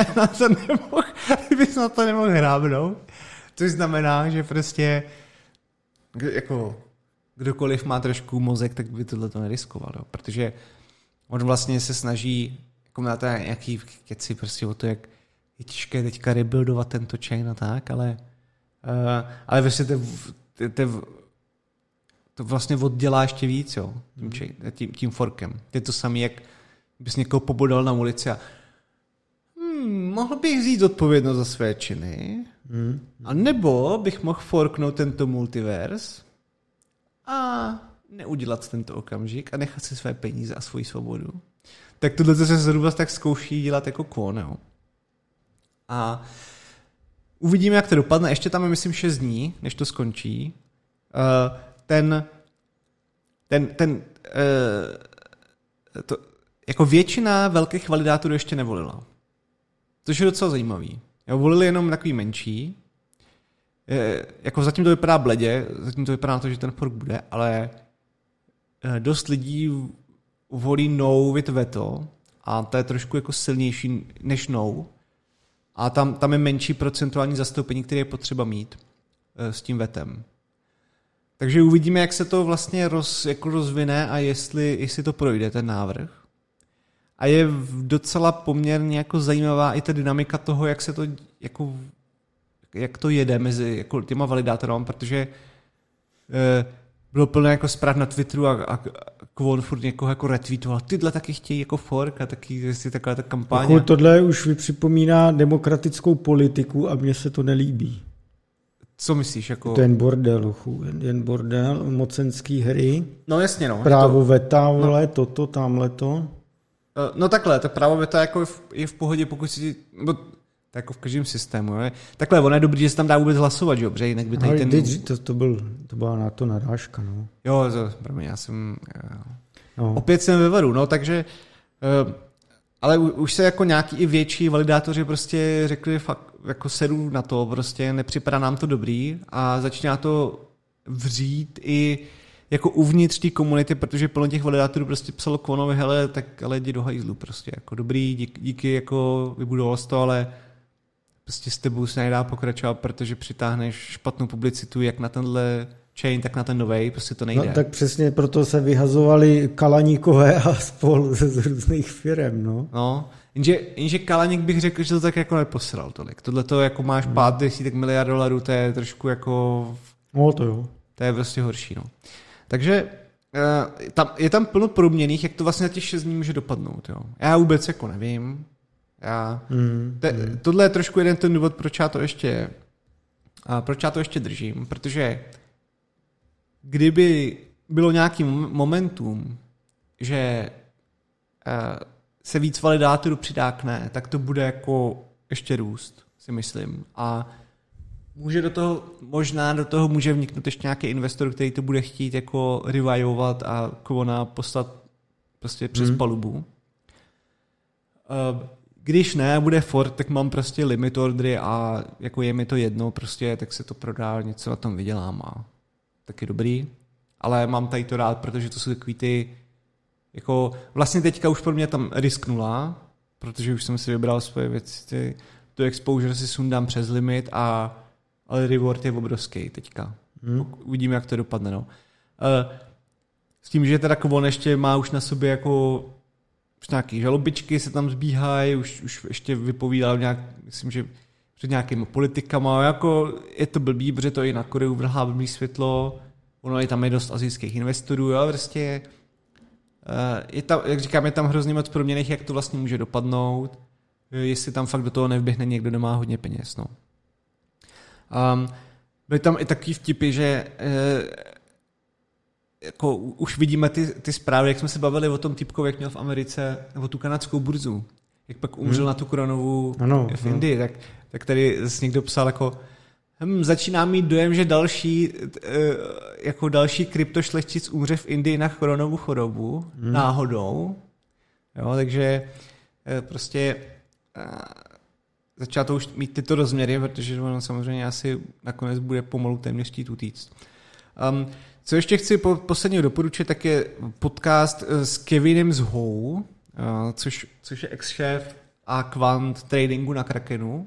na to nemohl hrábnout. Což znamená, že prostě jako kdokoliv má trošku mozek, tak by tohle to neriskoval, jo? Protože on vlastně se snaží jako na to nějaký keci prostě o to, jak je těžké teďka rebuildovat tento chain a tak, ale vlastně to vlastně oddělá ještě víc, jo, tím forkem. Je to samý, jak bys někoho pobodal na ulici a mohl bych vzít odpovědnost za své činy, a nebo bych mohl forknout tento multiverse a neudělat tento okamžik a nechat si své peníze a svoji svobodu. Tak tohle se zhruba tak zkouší dělat jako kvon, jo. A uvidíme, jak to dopadne. Ještě tam je, myslím, 6 dní, než to skončí. Jako většina velkých validátorů ještě nevolila. Což je docela zajímavý. Jo, volili jenom takový menší. Jako zatím to vypadá bledě, zatím to vypadá na to, že ten fork bude, ale dost lidí volí no with veto a to je trošku jako silnější než no. A tam je menší procentuální zastoupení, které je potřeba mít s tím vetem. Takže uvidíme, jak se to vlastně rozvine a jestli to projde, ten návrh. A je docela poměrně jako zajímavá i ta dynamika toho, jak se to jak to jede mezi jako těma validátorama, protože bylo plné jako zpráv na Twitteru a Kwon furt někoho jako retweetoval. Tyhle taky chtějí jako fork a taky jestli taková ta kampaně. Jako tohle už připomíná demokratickou politiku a mně se to nelíbí. Co myslíš? Jako... To je jen bordel, mocenský hry. No jasně, no. Právo veta, vole, toto, tamhleto. No takhle, to právo veta jako je v pohodě, pokud si... To jako v každém systému, jo. Takhle, ono je dobrý, že se tam dá vůbec hlasovat, jo, protože jinak by tady ten... To byla na to narážka, no. Jo, promiň, já jsem... No. Opět jsem ve varu, no, takže... Ale už se jako nějaký i větší validátoři prostě řekli fakt, jako sedu na to, prostě nepřipadá nám to dobrý a začíná to vřít i jako uvnitř té komunity, protože plno těch validátorů prostě psalo Kwonovi, hele, tak ale jdi do hajzlu prostě, jako dobrý, díky, jako vybudoval jsi to, ale prostě s tebou se nedá pokračovat, protože přitáhneš špatnou publicitu jak na tenhle chain, tak na ten novej prostě to nejde. No tak přesně proto se vyhazovali Kalaníkové a spol z různých firem, no. No, jenže Kalaník bych řekl, že to tak jako neposral tolik. Tohle to jako máš pár desítek miliard dolarů, to je trošku jako... No to jo. To je prostě horší, no. Takže je tam plno proměnných, jak to vlastně na těch 6 dní může dopadnout, jo. Já vůbec jako nevím. Tohle je trošku jeden ten důvod, proč já to ještě držím, protože kdyby bylo nějaký momentum, že se víc validátorů přidákne, tak to bude jako ještě růst, si myslím. A možná do toho může vniknout ještě nějaký investor, který to bude chtít jako revivovat a Kvona poslat prostě přes palubu. Když ne, bude Ford, tak mám prostě limit ordery a jako je mi to jedno, prostě, tak se to prodá, něco na tom vydělám a taky dobrý. Ale mám tady to rád, protože to jsou takový ty, jako vlastně teďka už pro mě tam risknula, protože už jsem si vybral svoje věci, tu exposure si sundám přes limit, ale reward je obrovský teďka. Uvidíme, jak to dopadne. No. S tím, že teda Kvon ještě má už na sobě jako už nějaký žalobičky se tam zbíhají, už ještě vypovídal nějak, myslím, že před nějakými politikama, jako je to blbý, protože to i na Koreu vrhá blbý světlo, ono je tam i dost asijských investorů, ale prostě je tam, jak říkám, je tam hrozně moc proměnných, jak to vlastně může dopadnout, jestli tam fakt do toho nevběhne někdo, kdo má hodně peněz. No. Byly tam i takový vtipy, že jako už vidíme ty zprávy, jak jsme se bavili o tom typkovi, jak měl v Americe, nebo tu kanadskou burzu, jak pak umřel na tu koronovu v Indii, tak tady někdo psal jako začíná mít dojem, že další kryptošlechtic umře v Indii na koronovou chorobu, náhodou. Jo, takže prostě začal to už mít tyto rozměry, protože ono samozřejmě asi nakonec bude pomalu téměř chtít utíct. Co ještě chci posledně doporučit, tak je podcast s Kevinem Zhou, což je ex-šéf a kvant tradingu na Krakenu,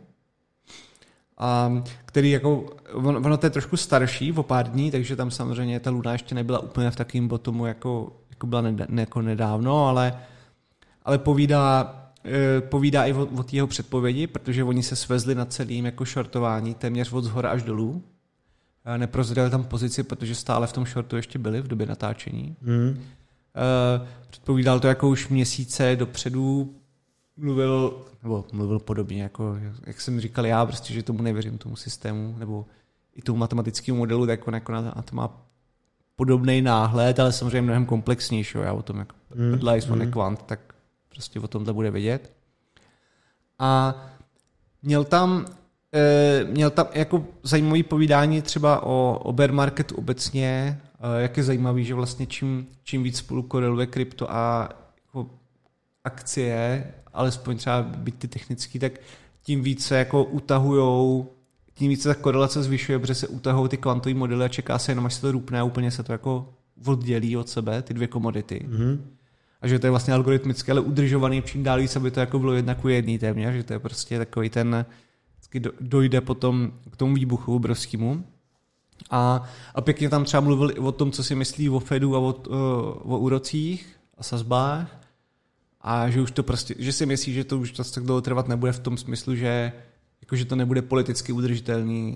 který jako, ono to je trošku starší, o pár dní, takže tam samozřejmě ta Luna ještě nebyla úplně v takým bottomu, jako byla jako nedávno, ale povídá i o jeho předpovědi, protože oni se svezli na celým jako shortování téměř od zhora až dolů. Neprozradili tam pozici, protože stále v tom shortu ještě byli v době natáčení. Předpovídal to jako už měsíce dopředu, mluvil podobně, jako, jak jsem říkal já, prostě, že tomu nevěřím, tomu systému, nebo i tomu matematickému modelu, tak jako na to má podobný náhled, ale samozřejmě mnohem komplexnější. Já o tom, jak on je kvant, tak prostě o tom to bude vědět. A měl tam jako zajímavé povídání třeba o bear marketu obecně, jak je zajímavý, že vlastně čím víc spolu koreluje krypto a jako akcie, alespoň třeba byť ty technický, tak tím více jako utahujou, tím více ta korelace zvyšuje, protože se utahujou ty kvantové modely a čeká se jenom, až se to rupne a úplně se to jako oddělí od sebe, ty dvě komodity. A že to je vlastně algoritmicky, ale udržovaný čím dál víc, aby to jako bylo 1:1 téměř, že to je prostě takový ten, dojde potom k tomu výbuchu obrovskému. A pěkně tam třeba mluvil i o tom, co si myslí o Fedu a o úrocích a sazbách a že už to prostě, že si myslí, že to už tak dlouho trvat nebude v tom smyslu, že to nebude politicky udržitelný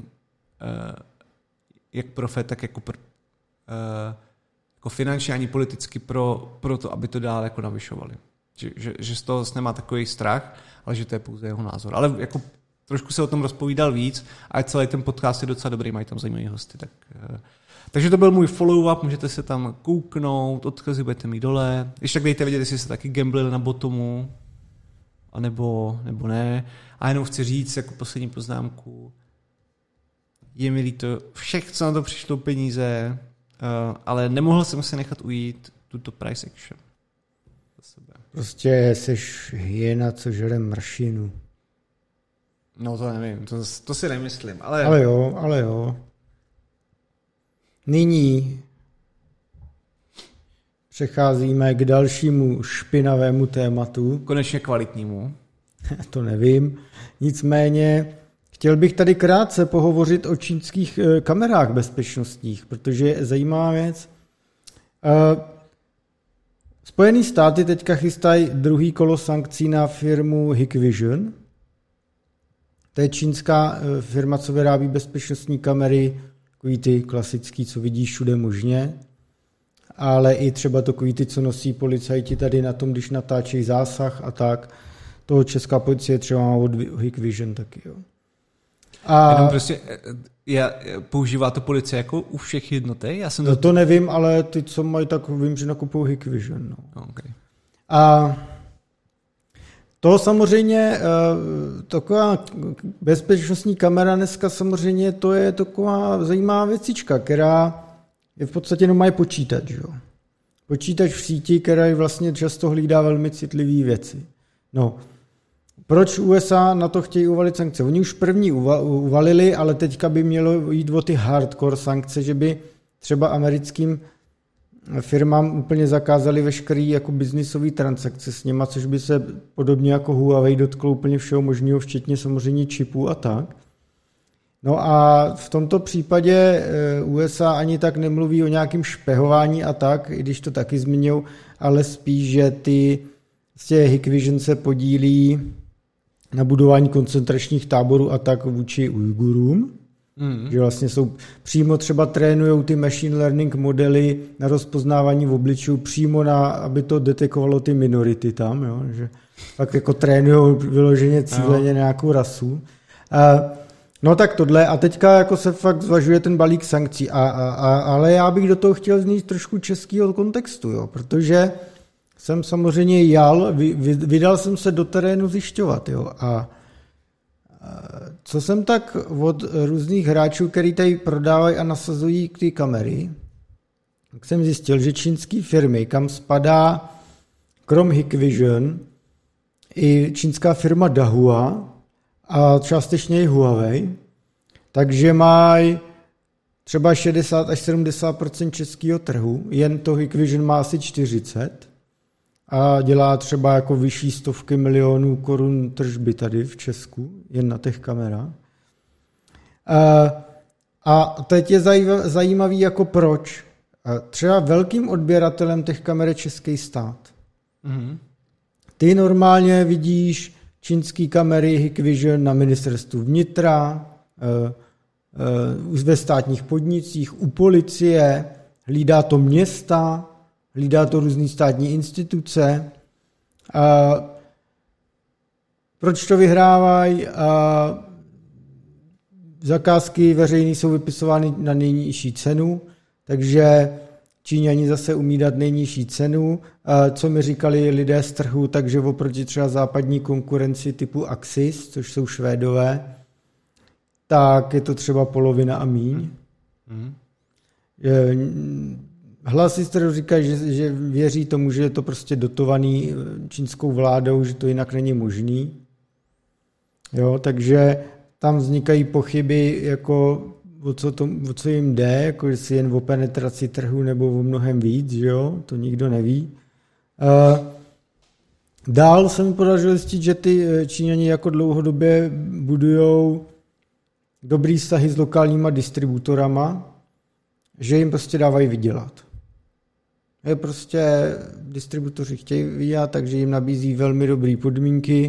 jak pro Fed, tak jako finančně ani politicky pro to, aby to dál jako navyšovali. Že z toho vlastně nemá takový strach, ale že to je pouze jeho názor. Ale jako trošku se o tom rozpovídal víc a celý ten podcast je docela dobrý, mají tam zajímavý hosty. Takže to byl můj follow-up, můžete se tam kouknout, odkazy budete mít dole. Ještě tak dejte vědět, jestli se taky gamblili na bottomu, anebo ne. A jenom chci říct jako poslední poznámku, je mi líto všech, co na to přišlo peníze, ale nemohl jsem se nechat ujít tuto price action. Prostě seš hyena, co žere mršinu. No to nevím, to si nemyslím, ale... Ale jo. Nyní přecházíme k dalšímu špinavému tématu. Konečně kvalitnímu. To nevím. Nicméně chtěl bych tady krátce pohovořit o čínských kamerách bezpečnostních, protože je zajímavá věc. Spojené státy teďka chystají druhý kolo sankcí na firmu Hikvision. To je čínská firma, co vyrábí bezpečnostní kamery, takový ty klasický, co vidíš všude možně, ale i třeba takový ty, co nosí policajti tady na tom, když natáčejí zásah a tak. Toho česká policie třeba má od Hikvision taky. Jo. A prostě používá to policie jako u všech jednotek? To nevím, ale ty, co mají, tak vím, že nakupují Hikvision. No. Okay. A to samozřejmě, taková bezpečnostní kamera dneska samozřejmě, to je taková zajímavá věcička, která je v podstatě jenom mají počítač. Jo. Počítač v síti, který vlastně často hlídá velmi citlivé věci. No, proč USA na to chtějí uvalit sankce? Oni už první uvalili, ale teďka by mělo jít o ty hardcore sankce, že by třeba americkým firmám úplně zakázali veškerý jako biznisový transakce s nima, což by se podobně jako Huawei dotklo úplně všeho možného, včetně samozřejmě čipů a tak. No a v tomto případě USA ani tak nemluví o nějakém špehování a tak, i když to taky zmiňují, ale spíš, že ty Hikvision se podílí na budování koncentračních táborů a tak vůči Ujgurům. Že vlastně jsou přímo třeba trénujou ty machine learning modely na rozpoznávání v obličeju přímo aby to detekovalo ty minority tam, jo? Že pak jako trénujou vyloženě cíleně nějakou rasu. No tak tohle a teďka jako se fakt zvažuje ten balík sankcí, ale já bych do toho chtěl znít trošku českého kontextu, jo? Protože jsem samozřejmě vydal jsem se do terénu zjišťovat, jo, a co jsem tak od různých hráčů, který tady prodávají a nasazují ty kamery, tak jsem zjistil, že čínské firmy, kam spadá krom Hikvision i čínská firma Dahua a částečně i Huawei, takže mají třeba 60 až 70% českého trhu, jen to Hikvision má asi 40% a dělá třeba jako vyšší stovky milionů korun tržby tady v Česku, jen na těch kamerách. A teď je zajímavý jako proč. Třeba velkým odběratelem těch kamer je český stát. Mm-hmm. Ty normálně vidíš čínský kamery Hikvision na ministerstvu vnitra, ve státních podnicích, u policie, hlídá to města, hlídá to různý státní instituce. Proč to vyhrávají? Zakázky veřejné jsou vypisovány na nejnižší cenu, takže Číňani zase umí dát nejnižší cenu, co mi říkali lidé z trhu, takže oproti třeba západní konkurenci typu Axis, což jsou Švédové, tak je to třeba polovina a míň. Hlasy z trhu říkají, že věří tomu, že je to prostě dotovaný čínskou vládou, že to jinak není možný. Jo, takže tam vznikají pochyby, jako o co jim jde, jako jestli jen o penetraci trhu nebo o mnohem víc, že jo, to nikdo neví. Dál se mi podařilo zjistit, že ty Číňani jako dlouhodobě budujou dobrý vztahy s lokálníma distributorama, že jim prostě dávají vydělat. Je prostě distributoři chtějí vydělat, takže jim nabízí velmi dobré podmínky.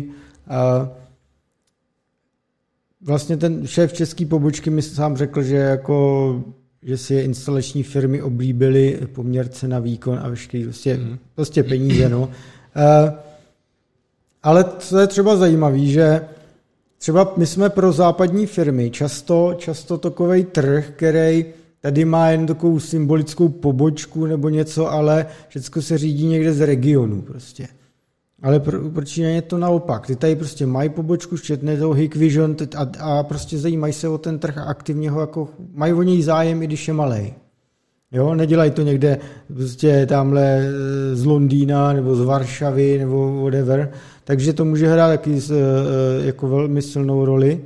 Vlastně ten šéf české pobočky mi sám řekl, že si je instalační firmy oblíbily poměr cena výkon a veškerý prostě peníze. No. Ale co je třeba zajímavé, že třeba my jsme pro západní firmy často takovej trh, který tady má jen takovou symbolickou pobočku nebo něco, ale všechno se řídí někde z regionu prostě. Ale proč je to naopak? Ty tady prostě mají pobočku, včetně toho Hikvision a prostě zajímají se o ten trh a aktivně ho jako, mají o něj zájem, i když je malej. Jo, nedělají to někde prostě tamhle z Londýna nebo z Varšavy nebo whatever, takže to může hrát taky jako velmi silnou roli.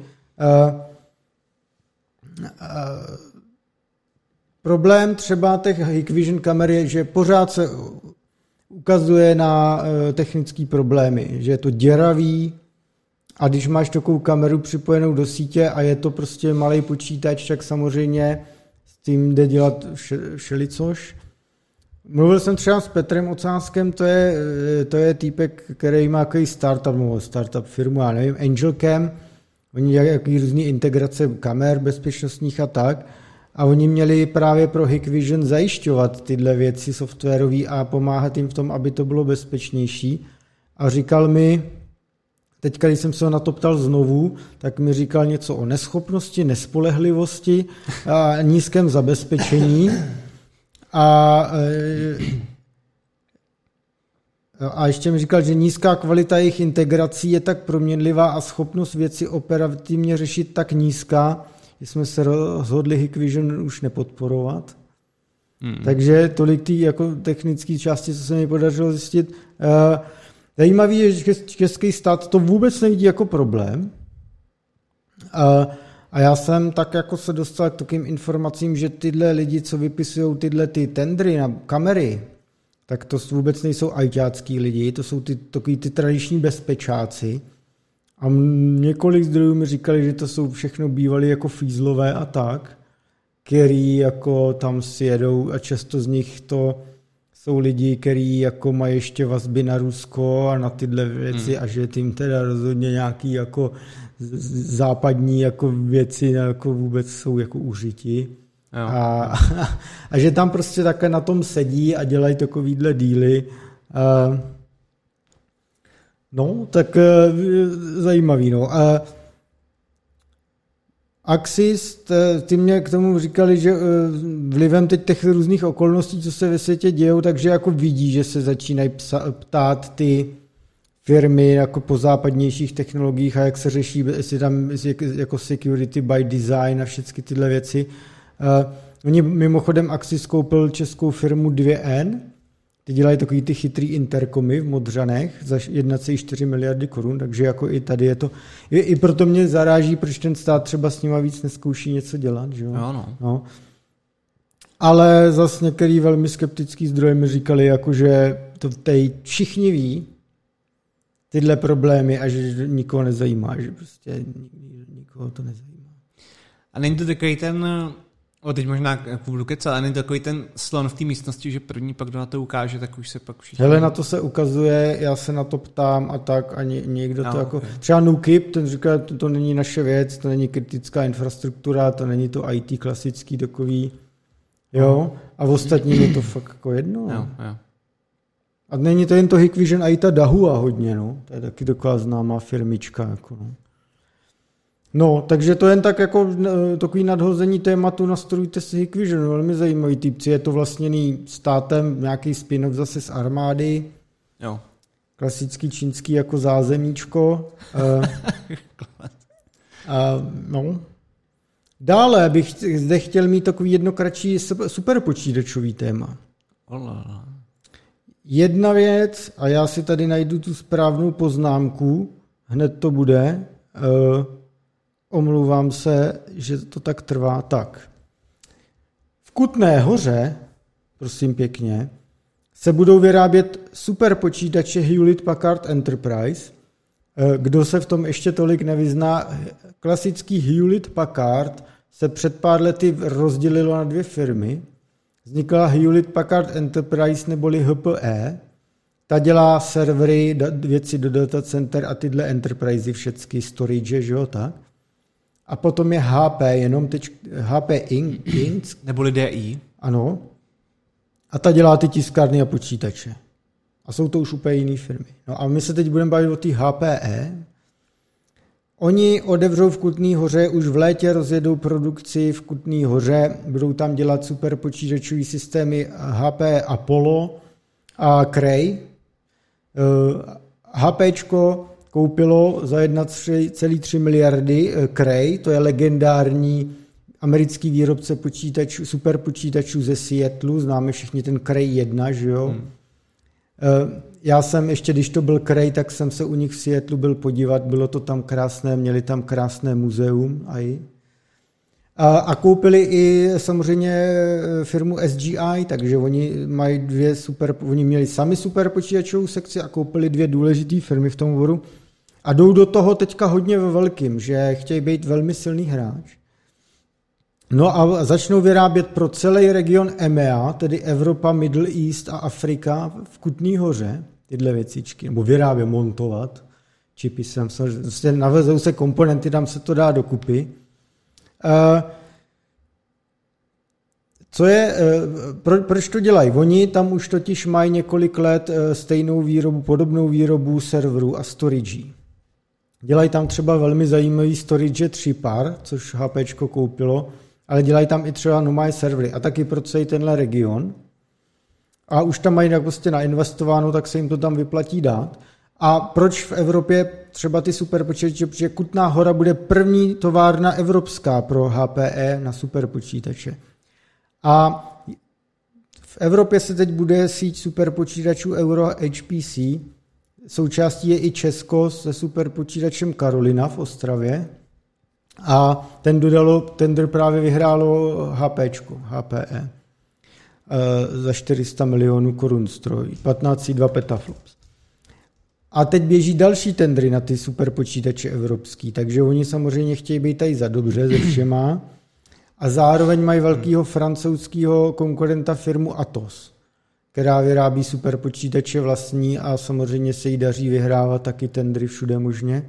Problém třeba těch Hikvision kamer je, že pořád se ukazuje na technické problémy, že je to děravý A když máš takovou kameru připojenou do sítě a je to prostě malý počítač, tak samozřejmě s tím jde dělat všelicož. Mluvil jsem třeba s Petrem Ocáskem, to je týpek, který má takový startup firmu, já nevím, AngelCam, oni dělají jaký různý integrace kamer bezpečnostních a tak. A oni měli právě pro Hikvision zajišťovat tyhle věci softwarové a pomáhat jim v tom, aby to bylo bezpečnější. A říkal mi, teďka, když jsem se ho na to ptal znovu, tak mi říkal něco o neschopnosti, nespolehlivosti a nízkém zabezpečení. A ještě mi říkal, že nízká kvalita jejich integrací je tak proměnlivá a schopnost věci operativně řešit tak nízká, že jsme se rozhodli Hikvision už nepodporovat. Takže tolik ty jako technické části, co se mi podařilo zjistit. Zajímavý je, že český stát to vůbec nevidí jako problém. A já jsem tak jako se dostal k takovým informacím, že tyhle lidi, co vypisují tyhle ty tendry na kamery, tak to vůbec nejsou ajťácký lidi, to jsou takový ty tradiční bezpečáci. A několik zdrojů mi říkali, že to jsou všechno bývalí jako fízlové a tak, který jako tam si jedou a často z nich to jsou lidi, kteří jako mají ještě vazby na Rusko a na tyhle věci a že tím teda rozhodně nějaký jako západní jako věci jako vůbec jsou jako užití. A že tam prostě také na tom sedí a dělají takovýhle díly. No, tak zajímavý, no. Axis, ty mě k tomu říkali, že vlivem teď těch různých okolností, co se ve světě dějou, takže jako vidí, že se začínají ptát ty firmy jako po západnějších technologiích a jak se řeší, jestli tam jako security by design a všechny tyhle věci. Oni mimochodem Axis koupil českou firmu 2N, ty dělají takový ty chytrý interkomy v Modřanech za 1,4 miliardy korun, takže jako i tady je to. I proto mě zaráží, proč ten stát třeba s nima víc neskouší něco dělat. Že jo? No. Ale zase některý velmi skeptický zdroje mi říkali, jako, že to tady všichni ví tyhle problémy a že nikoho nezajímá, že prostě nikoho to nezajímá. A není to takový ten... teď možná budu kecat, ale není takový ten slon v té místnosti, že první pak kdo na to ukáže, tak už se pak všichni... Hele, na to se ukazuje, já se na to ptám a tak a někdo to jako... Okay. Třeba NuKip, ten říká, to není naše věc, to není kritická infrastruktura, to není to IT klasický takový, jo, a v ostatním je to fakt jako jedno. Jo. A není to jen to Hikvision a i ta Dahua hodně, no, to je taky taková známá firmička, jako no. No, takže to jen tak jako takový nadhození tématu, nastrojujte si Hikvision, velmi zajímavý typci, je to vlastněný státem, nějaký spin-off zase z armády, jo. Klasický čínský jako zázemíčko. No. Dále bych zde chtěl mít takový jedno kratší superpočítačový téma. Jedna věc, a já si tady najdu tu správnou poznámku, hned to bude, omlouvám se, že to tak trvá. Tak. V Kutné Hoře, prosím pěkně, se budou vyrábět superpočítače Hewlett Packard Enterprise. Kdo se v tom ještě tolik nevyzná, klasický Hewlett Packard se před pár lety rozdělilo na dvě firmy. Vznikla Hewlett Packard Enterprise neboli HPE. Ta dělá servery, věci do data center a tyhle enterprisey, všechny storage, že jo, tak. A potom je HP, jenom teď HP Inc. Neboli DI. Ano. A ta dělá ty tiskárny a počítače. A jsou to už úplně jiné firmy. No a my se teď budeme bavit o té HPE. Oni otevřou v Kutné Hoře, už v létě rozjedou produkci v Kutné Hoře, budou tam dělat super počítačové systémy HP Apollo a Cray. HPčko koupilo za 1,3 miliardy Cray, to je legendární americký výrobce počítačů, superpočítačů ze Seattleu, známe všichni ten Cray 1, že jo? Já jsem ještě, když to byl Cray, tak jsem se u nich v Seattleu byl podívat, bylo to tam krásné, měli tam krásné muzeum a koupili i samozřejmě firmu SGI, takže oni mají oni měli sami superpočítačovou sekci a koupili dvě důležité firmy v tom oboru. A jdou do toho teďka hodně ve velkým, že chtějí být velmi silný hráč. No a začnou vyrábět pro celý region EMEA, tedy Evropa, Middle East a Afrika v Kutný Hoře, tyhle věcičky, nebo vyrábět, montovat. Čipy se navezou se komponenty, tam se to dá dokupy. Proč to dělají? Oni tam už totiž mají několik let stejnou výrobu, podobnou výrobu serverů a storage. Dělají tam třeba velmi zajímavý storage 3 par, což HPčko koupilo, ale dělají tam i třeba normální servery a taky pro celý tenhle region. A už tam mají prostě nainvestováno, tak se jim to tam vyplatí dát. A proč v Evropě třeba ty superpočítače, protože Kutná Hora bude první továrna evropská pro HPE na superpočítače. A v Evropě se teď bude síť superpočítačů Euro HPC. Součástí je i Česko se superpočítačem Karolina v Ostravě. A tender právě vyhrálo HPE za 400 milionů korun stroj, 15,2 petaflops. A teď běží další tendry na ty superpočítače evropský, takže oni samozřejmě chtějí být tady za dobře se všema. A zároveň mají velkého francouzského konkurenta firmu Atos, která vyrábí superpočítače vlastní a samozřejmě se jí daří vyhrávat taky tendry všude možně.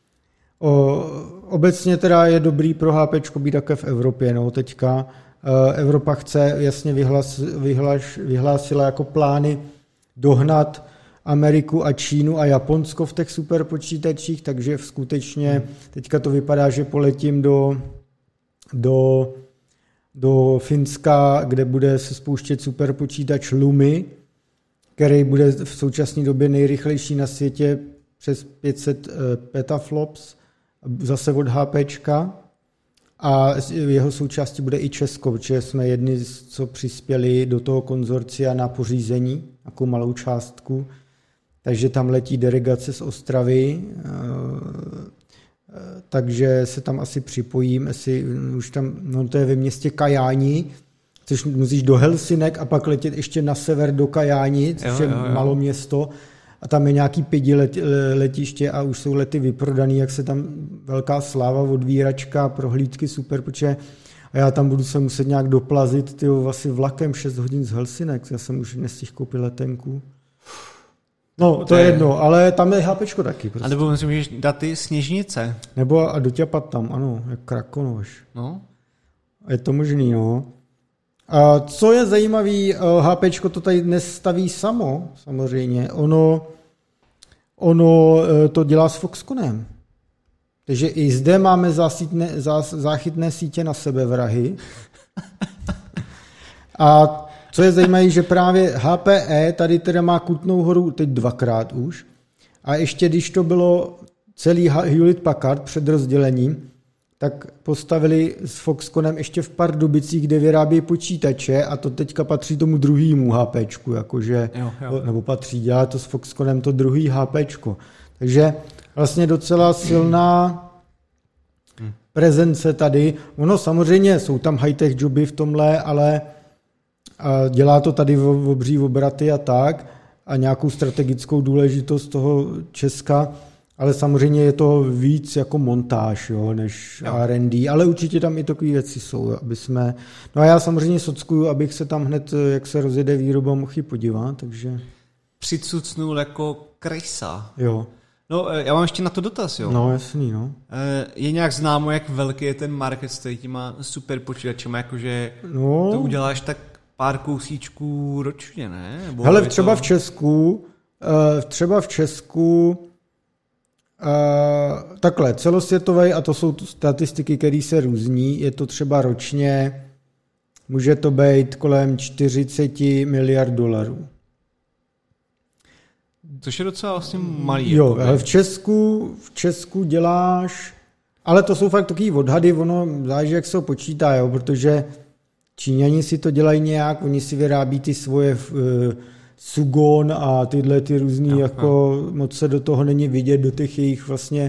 Obecně teda je dobrý pro HPčko být také v Evropě. No, teďka Evropa chce, jasně vyhlásila jako plány dohnat Ameriku a Čínu a Japonsko v těch superpočítačích, takže skutečně teďka to vypadá, že poletím do Finska, kde bude se spouštět superpočítač Lumi, který bude v současné době nejrychlejší na světě přes 500 petaflops, zase od HPčka. A jeho součástí bude i Česko, protože jsme jedni, co přispěli do toho konzorcia na pořízení, jako malou částku. Takže tam letí delegace z Ostravy, takže se tam asi připojím, už tam, no to je ve městě Kajáni, což musíš do Helsinek a pak letět ještě na sever do Kajáni, což je malo město, a tam je nějaký 5 letiště a už jsou lety vyprodaný, jak se tam velká sláva, odvíračka, prohlídky, superpoče. A já tam budu se muset nějak doplazit asi vlakem 6 hodin z Helsinek, já jsem už nestihl koupit letenku. No, to je jedno, ale tam je HPčko taky. Prostě. A nebo můžeš dát ty sněžnice. Nebo a doťapat tam, ano, jak krakonoš. No. Je to možný, no. A co je zajímavý, HPčko to tady nestaví samo, samozřejmě. Ono to dělá s Foxconnem. Takže i zde máme záchytné sítě na sebevrahy. A co je zajímavé, že právě HPE tady teda má Kutnou Horu teď 2krát už. A ještě když to bylo celý Hewlett Packard před rozdělením, tak postavili s Foxconnem ještě v Pardubicích, kde vyrábí počítače a to teďka patří tomu druhému HPčku, jakože, nebo patří, dělá to s Foxconnem to druhý HPčko. Takže vlastně docela silná prezence tady. Ono samozřejmě jsou tam high-tech joby v tomhle, ale dělá to tady v obří obraty a tak a nějakou strategickou důležitost toho Česka, ale samozřejmě je to víc jako montáž, než R&D, ale určitě tam i takové věci jsou, aby jsme... No a já samozřejmě sockuju, abych se tam hned, jak se rozjede výroba, mohl podívat, takže... Přicucnul jako krejsa. Jo. No, já mám ještě na to dotaz, jo. No, jasný, no. Je nějak známo, jak velký je ten market s těma super počítačema, jakože to uděláš tak pár kousíčků ročně, ne? Nebo hele, třeba v Česku takhle, celosvětové, a to jsou statistiky, které se různí, je to třeba ročně, může to být kolem 40 miliard dolarů. Což je docela vlastně malý. Jo, v Česku děláš, ale to jsou fakt takový odhady, ono záleží, jak se ho počítá, jo, protože Číňani si to dělají nějak, oni si vyrábí ty svoje Sugon a tyhle ty různý, moc se do toho není vidět, do těch jejich vlastně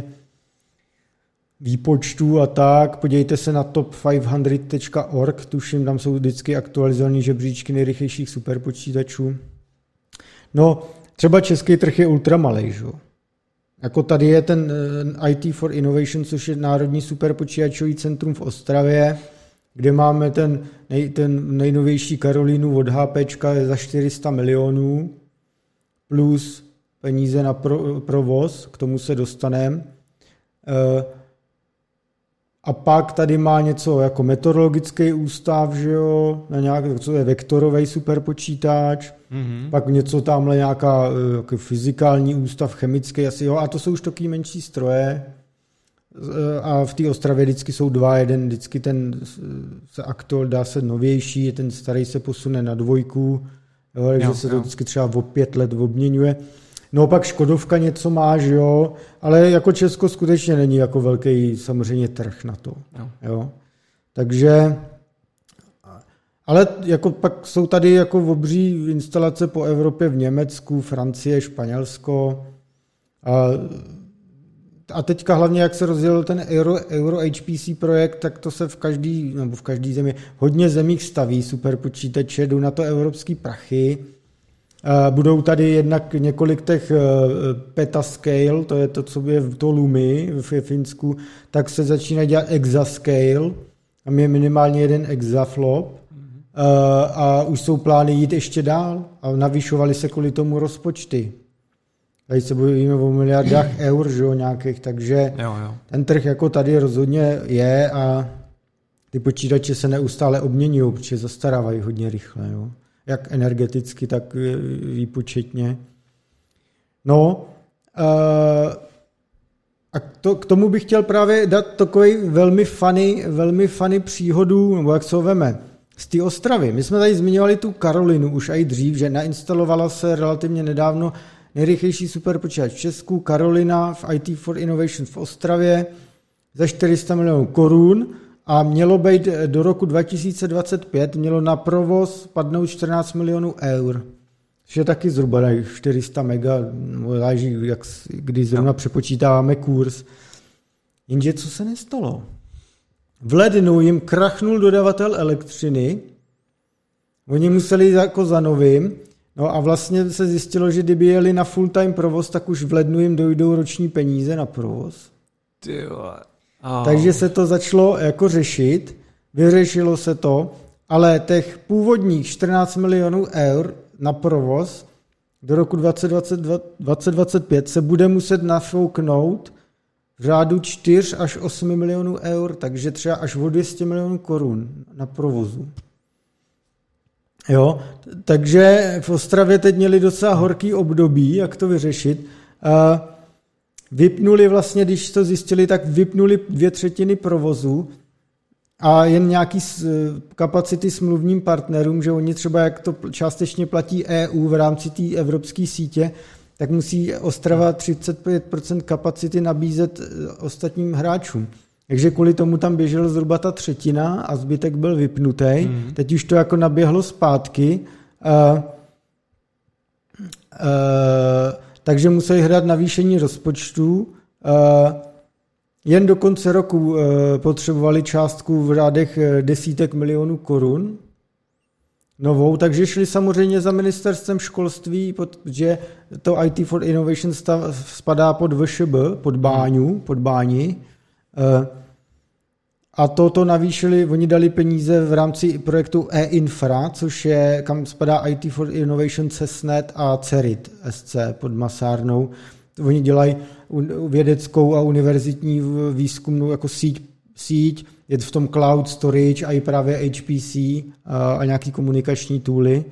výpočtů a tak. Podívejte se na top500.org, tuším, tam jsou vždycky aktualizované žebříčky nejrychlejších superpočítačů. No, třeba český trh je ultramalej, že? Jako tady je ten IT for Innovation, což je Národní superpočítačový centrum v Ostravě, kde máme ten nejnovější Karolínu od HPčka je za 400 milionů plus peníze na provoz, k tomu se dostaneme. A pak tady má něco jako meteorologický ústav, že jo, na nějaký, co je vektorový superpočítač, pak něco tamhle nějaká jako fyzikální ústav, chemický asi, jo, a to jsou už taky menší stroje. A v té Ostravě vždycky jsou dva, jeden vždycky ten se aktuál dá se novější, ten starý se posune na 2, jo, takže se to vždycky třeba o 5 let obměňuje. No pak Škodovka něco má, že jo, ale jako Česko skutečně není jako velký samozřejmě trh na to. Jo. Takže, ale jako pak jsou tady jako obří instalace po Evropě v Německu, Francie, Španělsko a teďka hlavně, jak se rozdělil ten Euro HPC projekt, tak to se v každý zemi, hodně zemích staví superpočítače, jdou na to evropský prachy. Budou tady jednak několik těch petascale, to je to, co je v Lumi v Finsku, tak se začíná dělat exascale, tam je minimálně 1 exaflop a už jsou plány jít ještě dál a navyšovaly se kvůli tomu rozpočty. Tady se bojíme o miliardách eur, že jo, nějakých, takže ten trh jako tady rozhodně je a ty počítače se neustále obměňují, protože zastarávají hodně rychle, jo. Jak energeticky, tak výpočetně. No, a k tomu bych chtěl právě dát takový velmi funny příhodu, nebo jak se ho veme, z té Ostravy. My jsme tady zmiňovali tu Karolinu už i dřív, že nainstalovala se relativně nedávno nejrychlejší superpočítač v Česku, Karolina v IT for Innovation v Ostravě za 400 milionů korun. A mělo být do roku 2025, mělo na provoz padnout 14 milionů eur. Což je taky zhruba 400 mega, záleží, kdy zrovna přepočítáváme kurz. Jenže co se nestalo? V lednu jim krachnul dodavatel elektřiny, oni museli jako za novým, no a vlastně se zjistilo, že kdyby jeli na full time provoz, tak už v lednu jim dojdou roční peníze na provoz. Takže se to začalo jako řešit, vyřešilo se to, ale těch původních 14 milionů eur na provoz do roku 2025 se bude muset nafouknout v řádu 4 až 8 milionů eur, takže třeba až o 200 milionů korun na provozu. Jo, takže v Ostravě teď měli docela horký období, jak to vyřešit. Vypnuli vlastně, když to zjistili, tak vypnuli 2/3 provozu a jen nějaký kapacity smluvním partnerům, že oni třeba, jak to částečně platí EU v rámci té evropské sítě, tak musí Ostrava 35% kapacity nabízet ostatním hráčům. Takže kvůli tomu tam běžela zhruba ta 1/3 a zbytek byl vypnutý. Teď už to jako naběhlo zpátky. Takže museli hledat navýšení rozpočtu. Jen do konce roku potřebovali částku v řádech desítek milionů korun novou, takže šli samozřejmě za ministerstvem školství, protože to IT for Innovation spadá pod VŠB, pod Báni. A to navýšili, oni dali peníze v rámci projektu e-infra, což je, kam spadá IT for Innovation, CESNET a CERIT SC pod Masárnou. Oni dělají vědeckou a univerzitní výzkumnou jako síť, je v tom cloud storage a i právě HPC a nějaký komunikační tooly.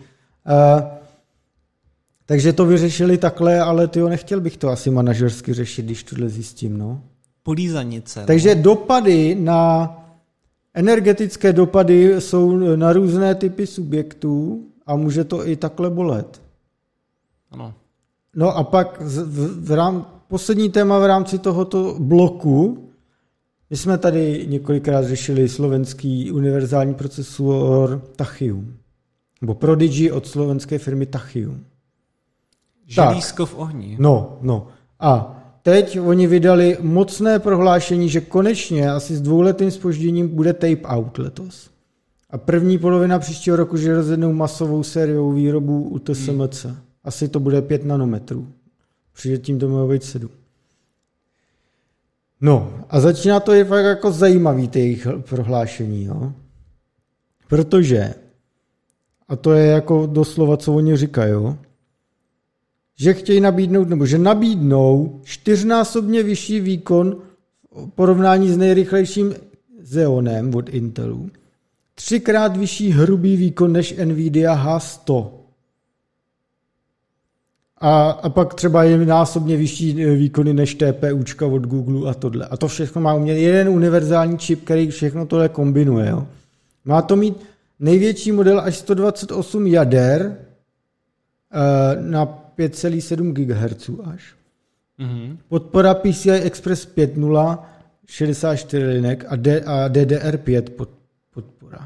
Takže to vyřešili takhle, ale nechtěl bych to asi manažersky řešit, když tohle zjistím, no. Polízanice. Takže dopady energetické dopady jsou na různé typy subjektů a může to i takhle bolet. Ano. No a pak poslední téma v rámci tohoto bloku. My jsme tady několikrát řešili slovenský univerzální procesor Tachyon. Nebo Prodigy od slovenské firmy Tachyon. Želízko v ohni. No. A teď oni vydali mocné prohlášení, že konečně asi s 2letým zpožděním bude tape out letos. A první polovina příštího roku, že rozjednou masovou sériovou výrobu u TSMC. Asi to bude 5 nanometrů. Předtím to mělo být 7. No a začíná to je fakt jako zajímavý ty jejich prohlášení, jo. Protože, a to je jako doslova, co oni říkají, jo, že chtějí nabídnout, nebo že nabídnou 4násobně vyšší výkon v porovnání s nejrychlejším Xeonem od Intelu, 3x vyšší hrubý výkon než Nvidia H100. A pak třeba je násobně vyšší výkony než TPUčka od Google a tohle. A to všechno má umět jeden univerzální čip, který všechno tohle kombinuje. Jo. Má to mít největší model až 128 jader na 5,7 GHz až. Mm-hmm. Podpora PCI Express 5.0, 64 linek a DDR5 podpora.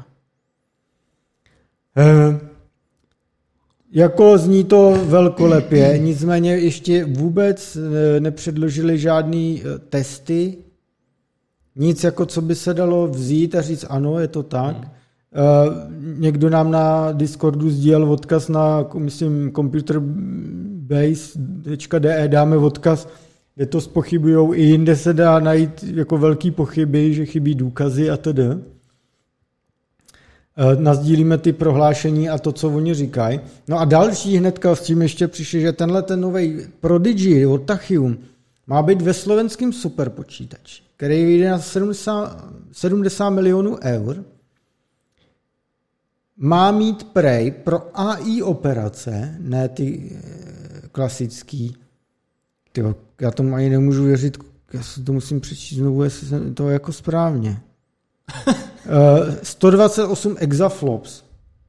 Jako zní to velkolepě, nicméně ještě vůbec nepředložili žádný testy, nic jako co by se dalo vzít a říct ano, je to tak. Někdo nám na Discordu sdílel odkaz na, myslím, computerbase.de, dáme odkaz, kde to zpochybujou, i jinde se dá najít jako velký pochyby, že chybí důkazy a td. Nazdílíme ty prohlášení a to, co oni říkají. No a další hnedka s tím ještě přišli, že ten nový Prodigy od Tachyon má být ve slovenském superpočítači, který vyjde na 70 milionů eur. Má mít prej pro AI operace, ne ty klasický. Tyjo, já tomu ani nemůžu věřit, já si to musím přečíst znovu, jestli to je jako správně. 128 exaflops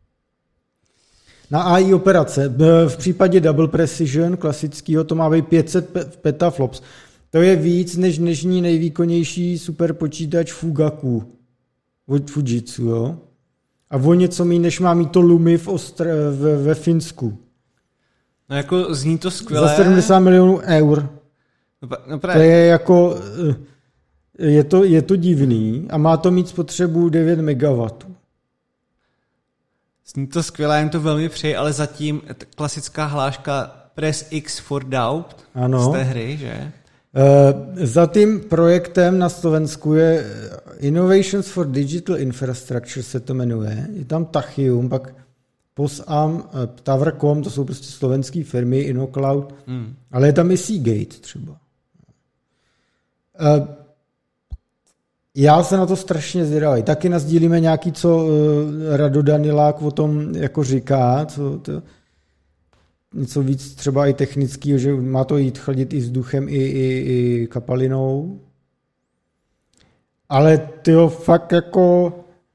na AI operace. V případě Double Precision klasického to má být 500 petaflops. To je víc než dnešní nejvýkonnější superpočítač Fugaku od Fujitsu, jo? A o něco méně, než má mít to Lumi ve Finsku. No jako zní to skvěle. Za 70 milionů eur. No to je jako... Je to divný a má to mít spotřebu 9 MW. Zní to skvěle, jen to velmi přeji, ale zatím klasická hláška Press X for Doubt z té hry, že? Za tím projektem na Slovensku je Innovations for Digital Infrastructure se to jmenuje. Je tam Tachyon, pak POSAM, Tower.com, to jsou prostě slovenské firmy, InnoCloud, ale je tam i Seagate třeba. Já se na to strašně zvědavý. Taky nasdílíme nějaký, co Rado Danilák o tom jako říká, něco víc třeba i technického, že má to jít chladit i vzduchem, i kapalinou. Ale tyjo, fakt jako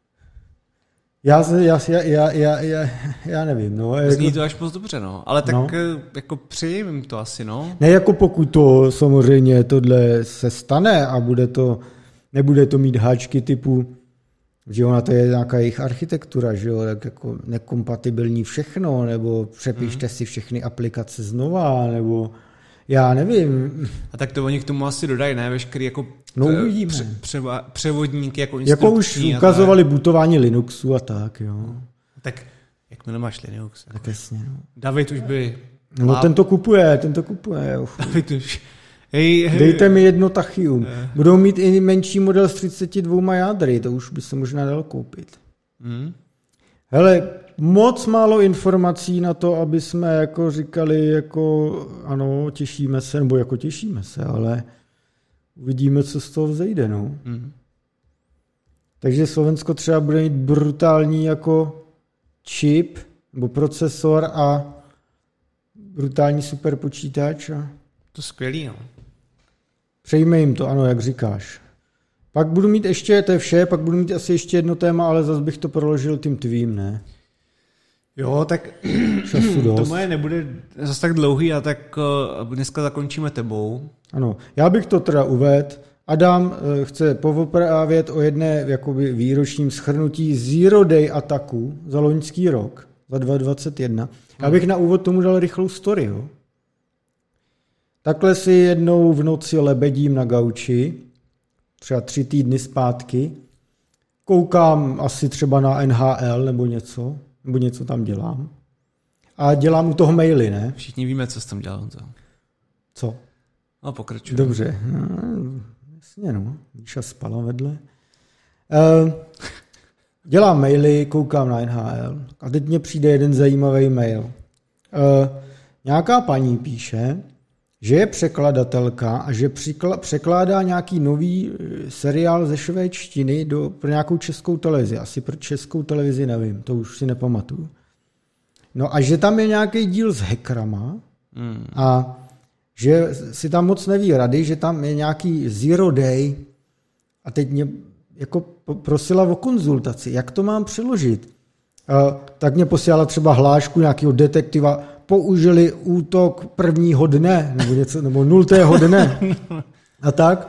já nevím. No, zní jako, to až moc dobře, no. Ale tak jako přejím to asi, no. Ne, jako pokud to samozřejmě tohle se stane a nebude to mít háčky typu, že ona to je nějaká jejich architektura, že jo, tak jako nekompatibilní všechno, nebo přepište si všechny aplikace znova, nebo já nevím. A tak to oni k tomu asi dodají, ne? Veškerý jako převodníky, jako instrukční. Jako už ukazovali bootování Linuxu a tak, jo. Tak jakmile máš Linux. Tak jasně, no. David už by... No ten to kupuje. David už... Dejte mi jedno Tachyon. Budou mít i menší model s 32 jádry, to už by se možná dalo koupit. Hele, moc málo informací na to, aby jsme jako říkali, jako ano, těšíme se, nebo jako těšíme se, ale uvidíme, co z toho vzejde, no. Takže Slovensko třeba bude mít brutální jako čip, nebo procesor a brutální superpočítač. To skvělý, no. Přejme jim to, ano, jak říkáš. Pak budu mít ještě, to je vše, pak budu mít asi ještě jedno téma, ale zase bych to proložil tím tvým, ne? Jo, tak to moje nebude zase tak dlouhý a tak dneska zakončíme tebou. Ano, já bych to teda uvedl. Adam chce povyprávět o jedné jakoby výročním shrnutí Zero Day ataku za loňský rok, za 2021. Já bych na úvod tomu dal rychlou story, jo. Takhle si jednou v noci lebedím na gauči, třeba 3 týdny zpátky, koukám asi třeba na NHL nebo něco tam dělám. A dělám u toho maily, ne? Všichni víme, co jsi tam dělal. Co? No, pokračuj. Dobře. Jasně, no. Míša spala vedle. Dělám maily, koukám na NHL. A teď mně přijde jeden zajímavý mail. Nějaká paní píše, že je překladatelka a že překládá nějaký nový seriál ze švédštiny pro nějakou českou televizi. Asi pro českou televizi nevím, to už si nepamatuju. No a že tam je nějaký díl s hackerama a že si tam moc neví rady, že tam je nějaký Zero Day a teď mě jako prosila o konzultaci, jak to mám přeložit. Tak mě posílala třeba hlášku nějakého detektiva, použili útok prvního dne, nebo něco, nebo 0. dne. A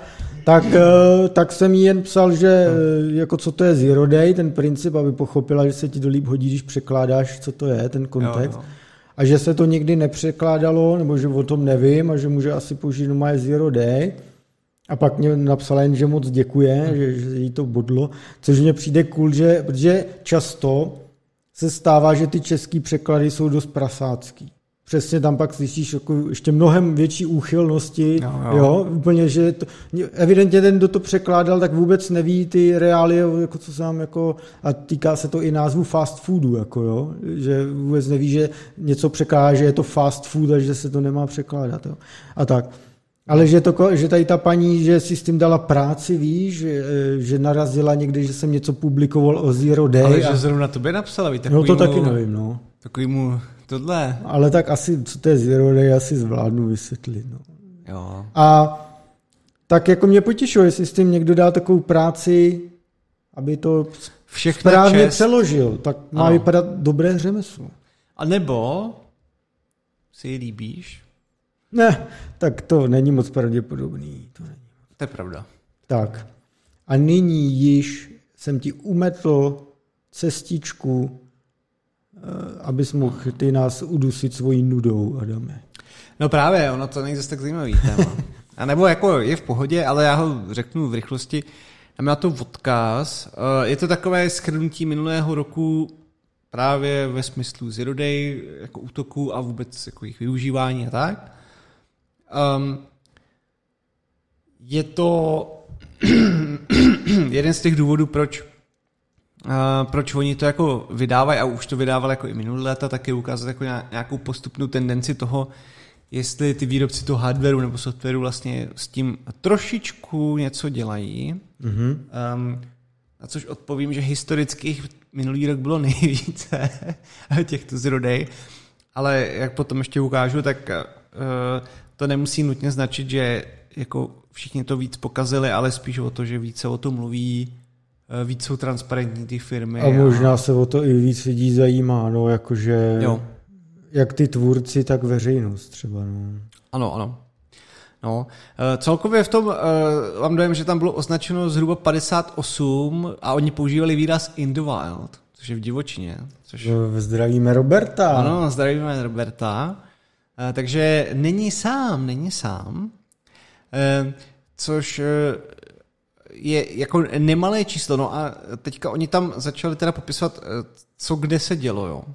tak jsem jí jen psal, že jako co to je Zero Day, ten princip, aby pochopila, že se ti to líp hodí, když překládáš, co to je, ten kontext. Jo. A že se to nikdy nepřekládalo, nebo že o tom nevím, a že může asi použít normálně Zero Day. A pak mě napsala jen, že moc děkuje, že jí to bodlo, což mně přijde cool, protože často se stává, že ty český překlady jsou dost prasácký. Přesně tam pak slyšíš jako ještě mnohem větší úchylnosti, jo, úplně, že evidentně ten, kdo to překládal, tak vůbec neví ty reálie, jako co sám, jako, a týká se to i názvu fast foodu, jako jo, že vůbec neví, že něco překládá, že je to fast food a že se to nemá překládat, jo, a tak. Ale že tady ta paní, že si s tím dala práci, víš, že narazila někdy, že jsem něco publikoval o Zero Day. Ale že zrovna tobě napsala, víte? No to taky nevím, no. Takovýmu tohle. Ale tak asi, co to je Zero Day, asi zvládnu vysvětlit, no. Jo. A tak jako mě potěšilo, jestli s tím někdo dá takovou práci, aby to správně přeložil, tak má vypadat dobré řemeslo. A nebo si ji líbíš? Ne, tak to není moc pravděpodobný. To je pravda. Tak. A nyní již jsem ti umetl cestičku, abys mohl ty nás udusit svojí nudou, Adame. No právě, ono to není zase tak zajímavý téma. A nebo jako je v pohodě, ale já ho řeknu v rychlosti. Mám na to odkaz. Je to takové shrnutí minulého roku právě ve smyslu Zero Day, jako útoků a vůbec jako jejich využívání a tak. Je to jeden z těch důvodů, proč oni to jako vydávají, a už to vydávali jako i minulý léta, taky ukázat jako nějakou postupnou tendenci toho, jestli ty výrobci toho hardwareu nebo softwaru vlastně s tím trošičku něco dělají. Mm-hmm. Na což odpovím, že historicky minulý rok bylo nejvíce těchto Zero Day, ale jak potom ještě ukážu, tak to nemusí nutně značit, že jako všichni to víc pokazili, ale spíš o to, že více o tom mluví, víc jsou transparentní ty firmy. A možná se o to i víc lidí zajímá, no, jakože jak ty tvůrci, tak veřejnost třeba. No. Ano. No, celkově v tom mám dojem, že tam bylo označeno zhruba 58 a oni používali výraz in the wild, což je v divočině. Zdravíme Roberta. Ano, zdravíme Roberta. Takže není sám, což je jako nemalé číslo. No a teďka oni tam začali teda popisovat, co kde se dělo, jo.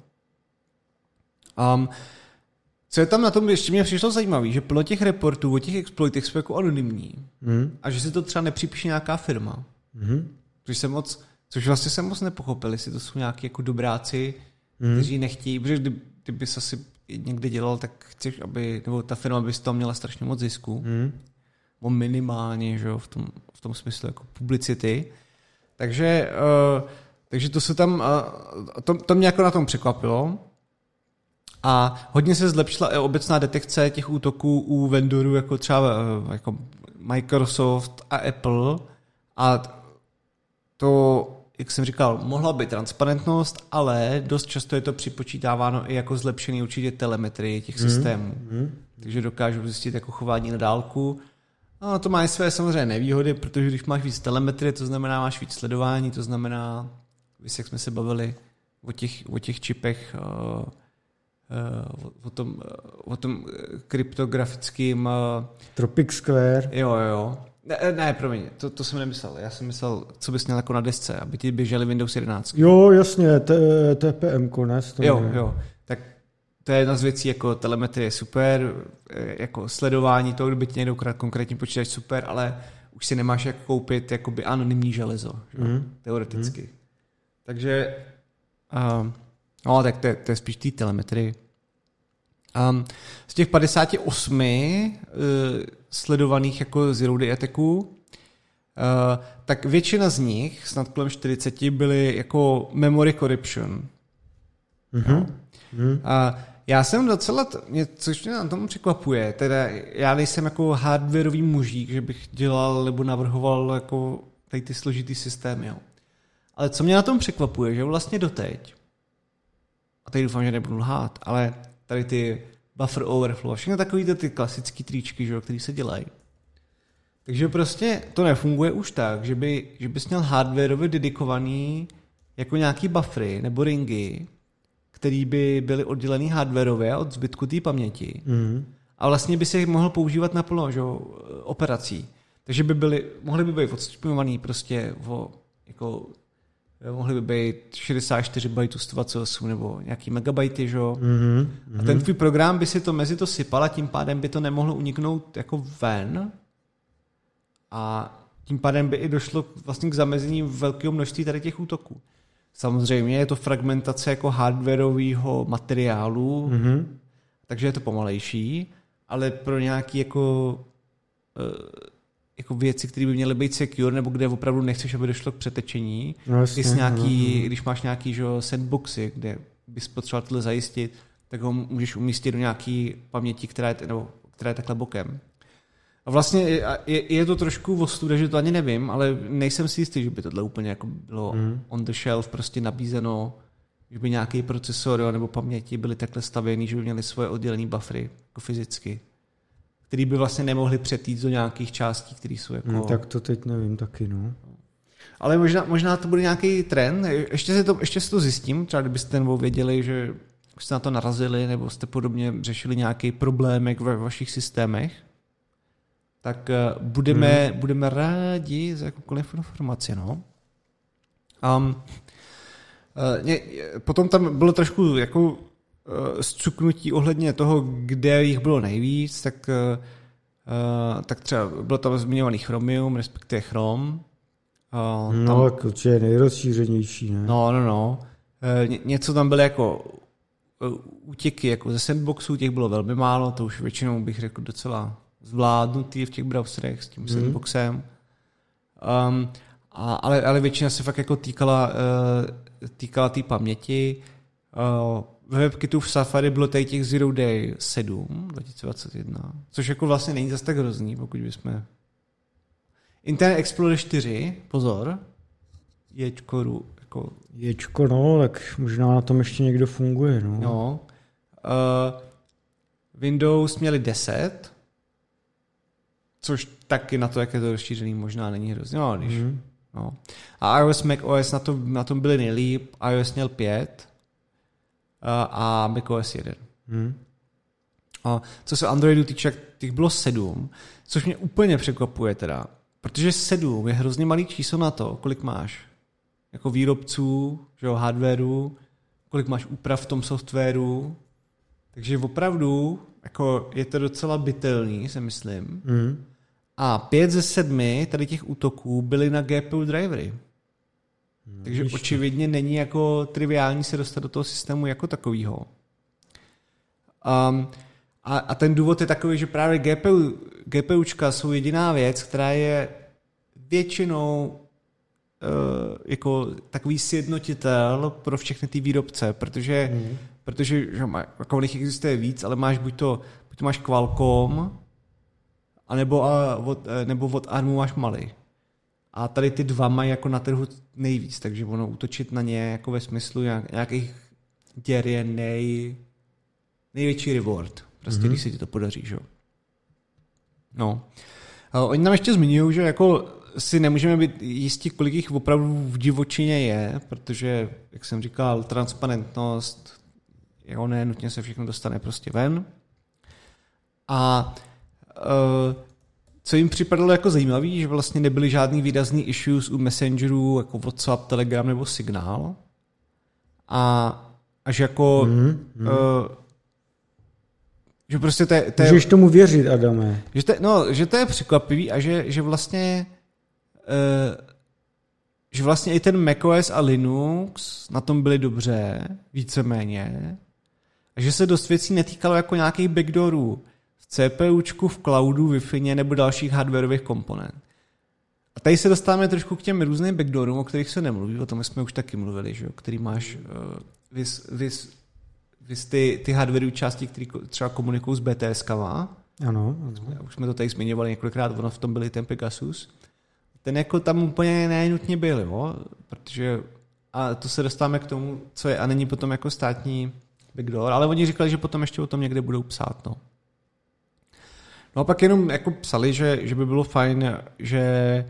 Co je tam na tom, ještě mě přišlo zajímavé, že plno těch reportů o těch exploitech jsou jako anonymní a že si to třeba nepřipíše nějaká firma. Což vlastně jsem moc nepochopil, jestli to jsou nějaký jako dobráci, kteří nechtějí, protože kdyby se asi někde dělal, tak chceš, aby, nebo ta firma by z toho měla strašně moc zisku. O minimálně, že jo, v tom smyslu jako publicity. Takže to se tam, to mě jako na tom překvapilo. A hodně se zlepšila i obecná detekce těch útoků u vendorů, jako třeba jako Microsoft a Apple. A to, jak jsem říkal, mohla být transparentnost, ale dost často je to připočítáváno i jako zlepšený určitě telemetrie těch systémů. Takže dokážou zjistit jako chování na dálku. No, to má i své samozřejmě nevýhody, protože když máš víc telemetrie, to znamená, máš víc sledování, to znamená, jak jsme se bavili o těch čipech, o tom kryptografickým... Tropic Square. Jo. Ne, promiň, to jsem nemyslel. Já jsem myslel, co bys měl jako na desce, aby ti běžely Windows 11. Jo, jasně, TPM, ne? Jo. Tak to je jedna z věcí, jako telemetrie je super, jako sledování toho, kdyby ti někdo konkrétní počítač super, ale už si nemáš jak koupit jakoby anonymní železo, teoreticky. Takže no, tak to je spíš té telemetrii. Z těch 58 sledovaných jako Zero Day attacků, tak většina z nich, snad kolem 40, byly jako memory corruption. No. A já jsem docela, což mě na tom překvapuje, teda já nejsem jako hardwareový mužík, že bych dělal nebo navrhoval jako tady ty složitý systémy. Jo. Ale co mě na tom překvapuje, že vlastně doteď, a tady doufám, že nebudu lhát, ale tady ty buffer overflow, všechny takový ty klasický tričky, že, který se dělají. Takže prostě to nefunguje už tak, že bys měl hardwareově dedikovaný jako nějaký buffery nebo ringy, který by byly oddělený hardwareově od zbytku té paměti. A vlastně by se mohl používat naplno, že, operací. Takže mohly by být odstupňovaný prostě jako mohly by být 64 bajtů 128 nebo nějaký megabajty, že? A ten tvůj program by si to mezi to sypal a tím pádem by to nemohlo uniknout jako ven a tím pádem by i došlo vlastně k zamezení velkého množství tady těch útoků. Samozřejmě je to fragmentace jako hardwareového materiálu, takže je to pomalejší, ale pro nějaký jako věci, které by měly být secure, nebo kde opravdu nechceš, aby došlo k přetečení. Když máš nějaký sandboxy, kde bys potřeboval tohle zajistit, tak ho můžeš umístit do nějaké paměti, která je takhle bokem. A vlastně je to trošku ostuda, že to ani nevím, ale nejsem si jistý, že by tohle úplně jako bylo on the shelf prostě nabízeno, že by nějaký procesor nebo paměti byly takhle stavěný, že by měly svoje oddělené buffery jako fyzicky, který by vlastně nemohli přetít do nějakých částí, které jsou jako... Tak to teď nevím taky, no. Ale možná to bude nějaký trend. Ještě si to zjistím, třeba kdybyste nebo věděli, že jste na to narazili, nebo jste podobně řešili nějaký problémek ve vašich systémech, tak budeme rádi za jakoukoliv informaci, no. Potom tam bylo trošku jako zcuknutí ohledně toho, kde jich bylo nejvíc, tak třeba bylo tam zmiňovaný Chromium, respektive Chrome. To je nejrozšířenější, ne? No. Něco tam bylo jako útěky jako ze sandboxů, těch bylo velmi málo, to už většinou bych řekl docela zvládnutý v těch browserech s tím sandboxem. Ale většina se fakt jako týkala té paměti. Ve WebKitu v Safari bylo tady těch Zero Day 7 2021, což jako vlastně není zase tak hrozný, pokud bychom... Internet Explorer 4, pozor, Ječko, no, tak možná na tom ještě někdo funguje, no. No. Windows měli 10, což taky na to, jak je to rozšířený, možná není hrozný. No, no. A iOS, macOS na tom byli nejlíp, iOS měl 5 a macOS 1. A co se Androidu týče, těch bylo 7, což mě úplně překvapuje teda, protože 7 je hrozně malý číslo na to, kolik máš jako výrobců, že jo, hardwareu, kolik máš úprav v tom softwaru, takže opravdu jako je to docela bytelný, si myslím. A 5 ze 7 tady těch útoků byly na GPU drivery. Takže očividně není jako triviální se dostat do toho systému jako takovýho. A ten důvod je takový, že právě GPUčka jsou jediná věc, která je většinou jako takový sjednotitel pro všechny ty výrobce, protože že jako nich existuje víc, ale máš buď to máš Qualcomm, nebo od ARMu máš Mali. A tady ty dva mají jako na trhu nejvíc, takže ono útočit na ně jako ve smyslu nějakých děr je největší reward. Prostě když se ti to podaří, že jo. No. Oni nám ještě zmiňují, že jako si nemůžeme být jistí, kolik jich opravdu v divočině je, protože, jak jsem říkal, transparentnost, jako ne nutně se všechno dostane prostě ven. A co jim připadalo jako zajímavý, že vlastně nebyly žádný výrazný issues u messengerů jako WhatsApp, Telegram nebo Signál. A až jako Že prostě můžeš tomu věřit, Adame. Že to je překvapivý a že vlastně že vlastně i ten macOS a Linux na tom byli dobře, víceméně, a že se dost věcí netýkalo jako nějakých backdoorů v CPUčku, v cloudu, Wi-Fi nebo dalších hardwareových komponent. A tady se dostáváme trošku k těm různým backdoorům, o kterých se nemluví, o tom jsme už taky mluvili, že jo, který máš ty hardwareové části, které třeba komunikují s BTS-kama. Ano. Už jsme to tady zmiňovali několikrát, ono v tom byl i ten Pegasus. Ten jako tam úplně nenutně byl, jo? Protože, a to se dostáváme k tomu, co je a není potom jako státní backdoor, ale oni říkali, že potom ještě o tom někde budou psát, no. No a pak jenom jako psali, že by bylo fajn, že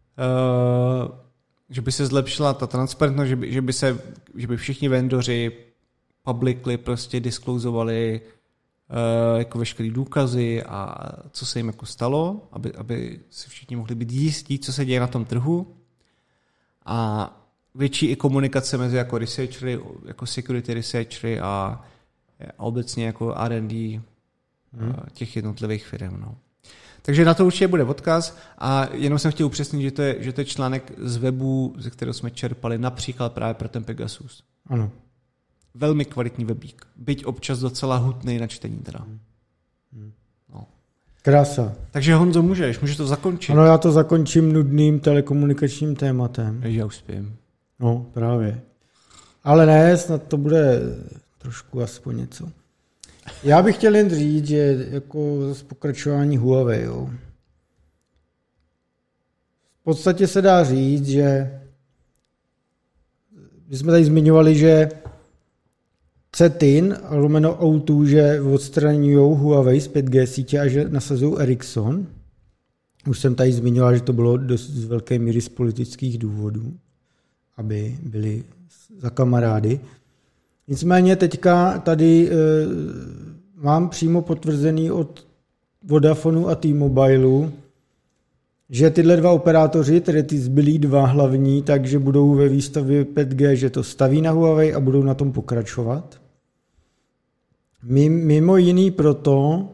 by se zlepšila ta transparentnost, že by všichni vendoři publicly prostě disclosovali jako veškerý důkazy a co se jim jako stalo, aby si všichni mohli být jistí, co se děje na tom trhu. A větší i komunikace mezi jako researchery, jako security researchery a obecně jako R&D těch jednotlivých firm. No. Takže na to určitě bude odkaz a jenom jsem chtěl upřesnit, že to je článek z webu, ze kterého jsme čerpali například právě pro ten Pegasus. Ano. Velmi kvalitní webík. Byť občas docela hutný na čtení teda. No. Krása. Takže Honzo, můžeš to zakončit. Ano, já to zakončím nudným telekomunikačním tématem. Já už spím. No, právě. Ale ne, snad to bude trošku aspoň něco. Já bych chtěl jen říct, že jako z pokračování Huawei, jo. V podstatě se dá říct, že my jsme tady zmiňovali, že CETIN a lomeno O2, že odstraňují Huawei z 5G sítě a že nasazují Ericsson. Už jsem tady zmiňoval, že to bylo dost z velké míry z politických důvodů, aby byli za kamarády. Nicméně teďka tady mám přímo potvrzený od Vodafonu a T-Mobileu, že tyhle dva operátoři, tedy ty zbylí dva hlavní, takže budou ve výstavě 5G, že to staví na Huawei a budou na tom pokračovat. Mimo jiný proto,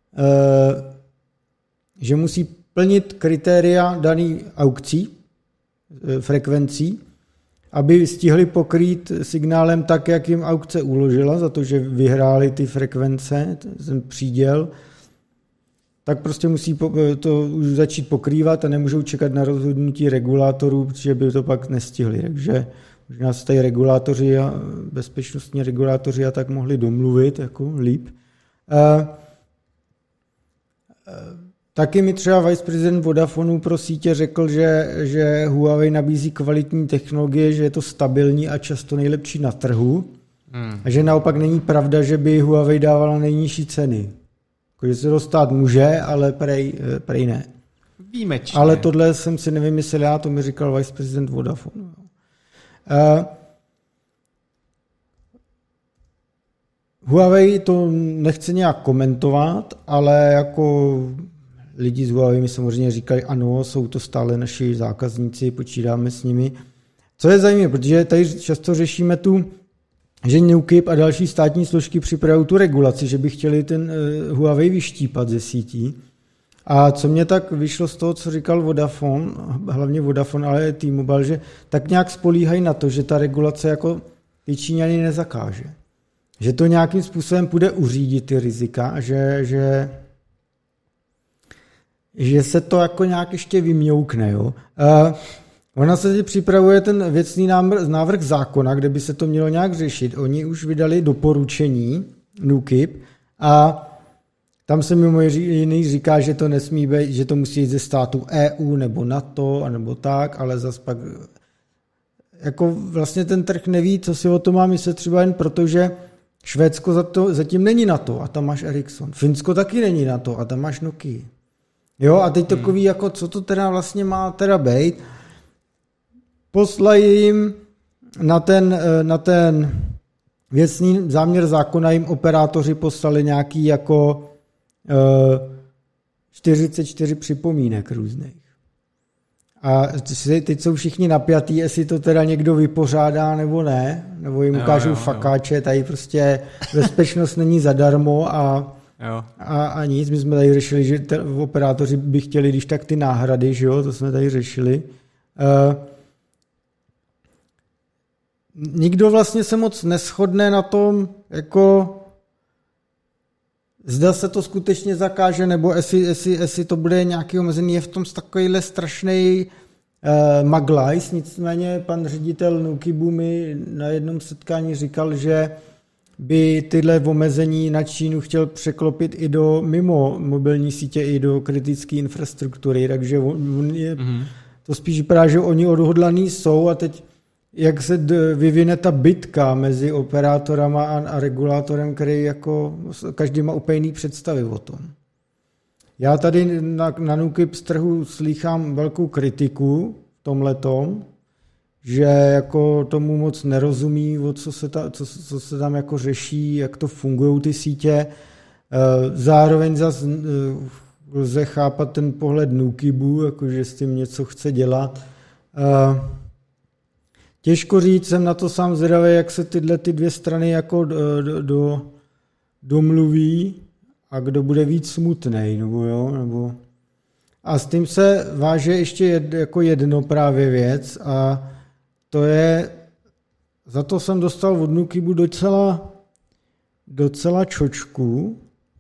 že musí plnit kritéria daných aukcí, frekvencí, aby stihli pokrýt signálem tak, jak jim aukce uložila, za to, že vyhráli ty frekvence, ten příděl, tak prostě musí to už začít pokrývat a nemůžou čekat na rozhodnutí regulátorů, protože by to pak nestihli. Takže možná se tady regulátoři a bezpečnostní regulátoři a tak mohli domluvit jako líp. Taky mi třeba viceprezident Vodafonu pro sítě řekl, že Huawei nabízí kvalitní technologie, že je to stabilní a často nejlepší na trhu. A že naopak není pravda, že by Huawei dávala nejnižší ceny. Že se to stát může, ale prej ne. Výjimečně. Ale tohle jsem si nevymyslel já, to mi říkal viceprezident Vodafonu. Huawei to nechce nějak komentovat, ale jako lidi z Huawei mi samozřejmě říkají, ano, jsou to stále naši zákazníci, počítáme s nimi. Co je zajímavé, protože tady často řešíme že NUKIP a další státní složky připravují tu regulaci, že by chtěli ten Huawei vyštípat ze sítí. A co mě tak vyšlo z toho, co říkal Vodafone, hlavně Vodafone, ale T-Mobile, že tak nějak spolíhají na to, že ta regulace jako ty Číňany nezakáže. Že to nějakým způsobem půjde uřídit ty rizika a že se to jako nějak ještě vymňoukne. Jo? Ona se teď připravuje ten věcný návrh zákona, kde by se to mělo nějak řešit. Oni už vydali doporučení NUKIP a tam se mimo jiný říká, že to nesmí být, že to musí jít ze státu EU nebo NATO a nebo tak, ale zas pak jako vlastně ten trh neví, co si o to má myslet, třeba jen proto, že Švédsko zatím není NATO a tam máš Ericsson. Finsko taky není NATO a tam máš Nokia. Jo, a teď takový, jako co to teda vlastně má teda být. Poslají jim na ten věcný záměr zákona jim operátoři poslali nějaký jako 44 připomínek různých. A teď jsou všichni napjatí, jestli to teda někdo vypořádá nebo ne, nebo jim ukážou fakáče, tady prostě bezpečnost není zadarmo a Jo. A nic, my jsme tady řešili, že operátoři by chtěli když tak ty náhrady, že jo, to jsme tady řešili. Nikdo vlastně se moc neshodne na tom, jako zda se to skutečně zakáže, nebo jestli to bude nějaký omezený, je v tom takovýhle strašný maglajs, nicméně pan ředitel Nukibu mi na jednom setkání říkal, že by tyhle omezení na Čínu chtěl překlopit i do mimo mobilní sítě, i do kritické infrastruktury, takže to spíš vypadá, že oni odhodlaný jsou a teď jak se vyvine ta bitka mezi operátorama a regulátorem, který jako každý má úplně jiný představy o tom. Já tady na Nukip z trhu slýchám velkou kritiku v tomhletom, že jako tomu moc nerozumí, co se tam jako řeší, jak to fungují ty sítě. Zároveň zase lze chápat ten pohled Nukibu, jakože s tím něco chce dělat. Těžko říct, jsem na to sám zvědavý, jak se ty dvě strany jako domluví a kdo bude víc smutnej, nebo. A s tím se váže ještě jako jedno právě věc a to je, za to jsem dostal od Nukibu docela čočku.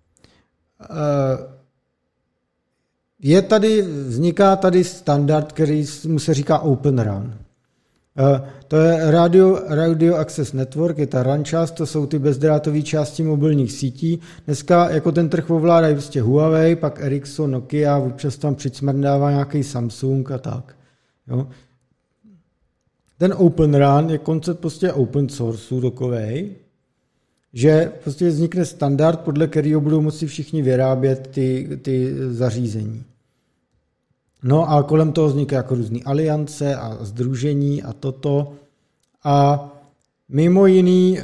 Vzniká tady standard, který mu se říká Open RAN. To je Radio Access Network, je ta RAN část, to jsou ty bezdrátové části mobilních sítí. Dneska jako ten trh ovládají prostě Huawei, pak Ericsson, Nokia, občas tam přicmrdává nějaký Samsung a tak. Jo. Ten Open RAN je koncept prostě open source takovej, že prostě vznikne standard, podle kterého budou moci všichni vyrábět ty zařízení. No a kolem toho vzniká jako různý aliance a sdružení a toto. A mimo jiný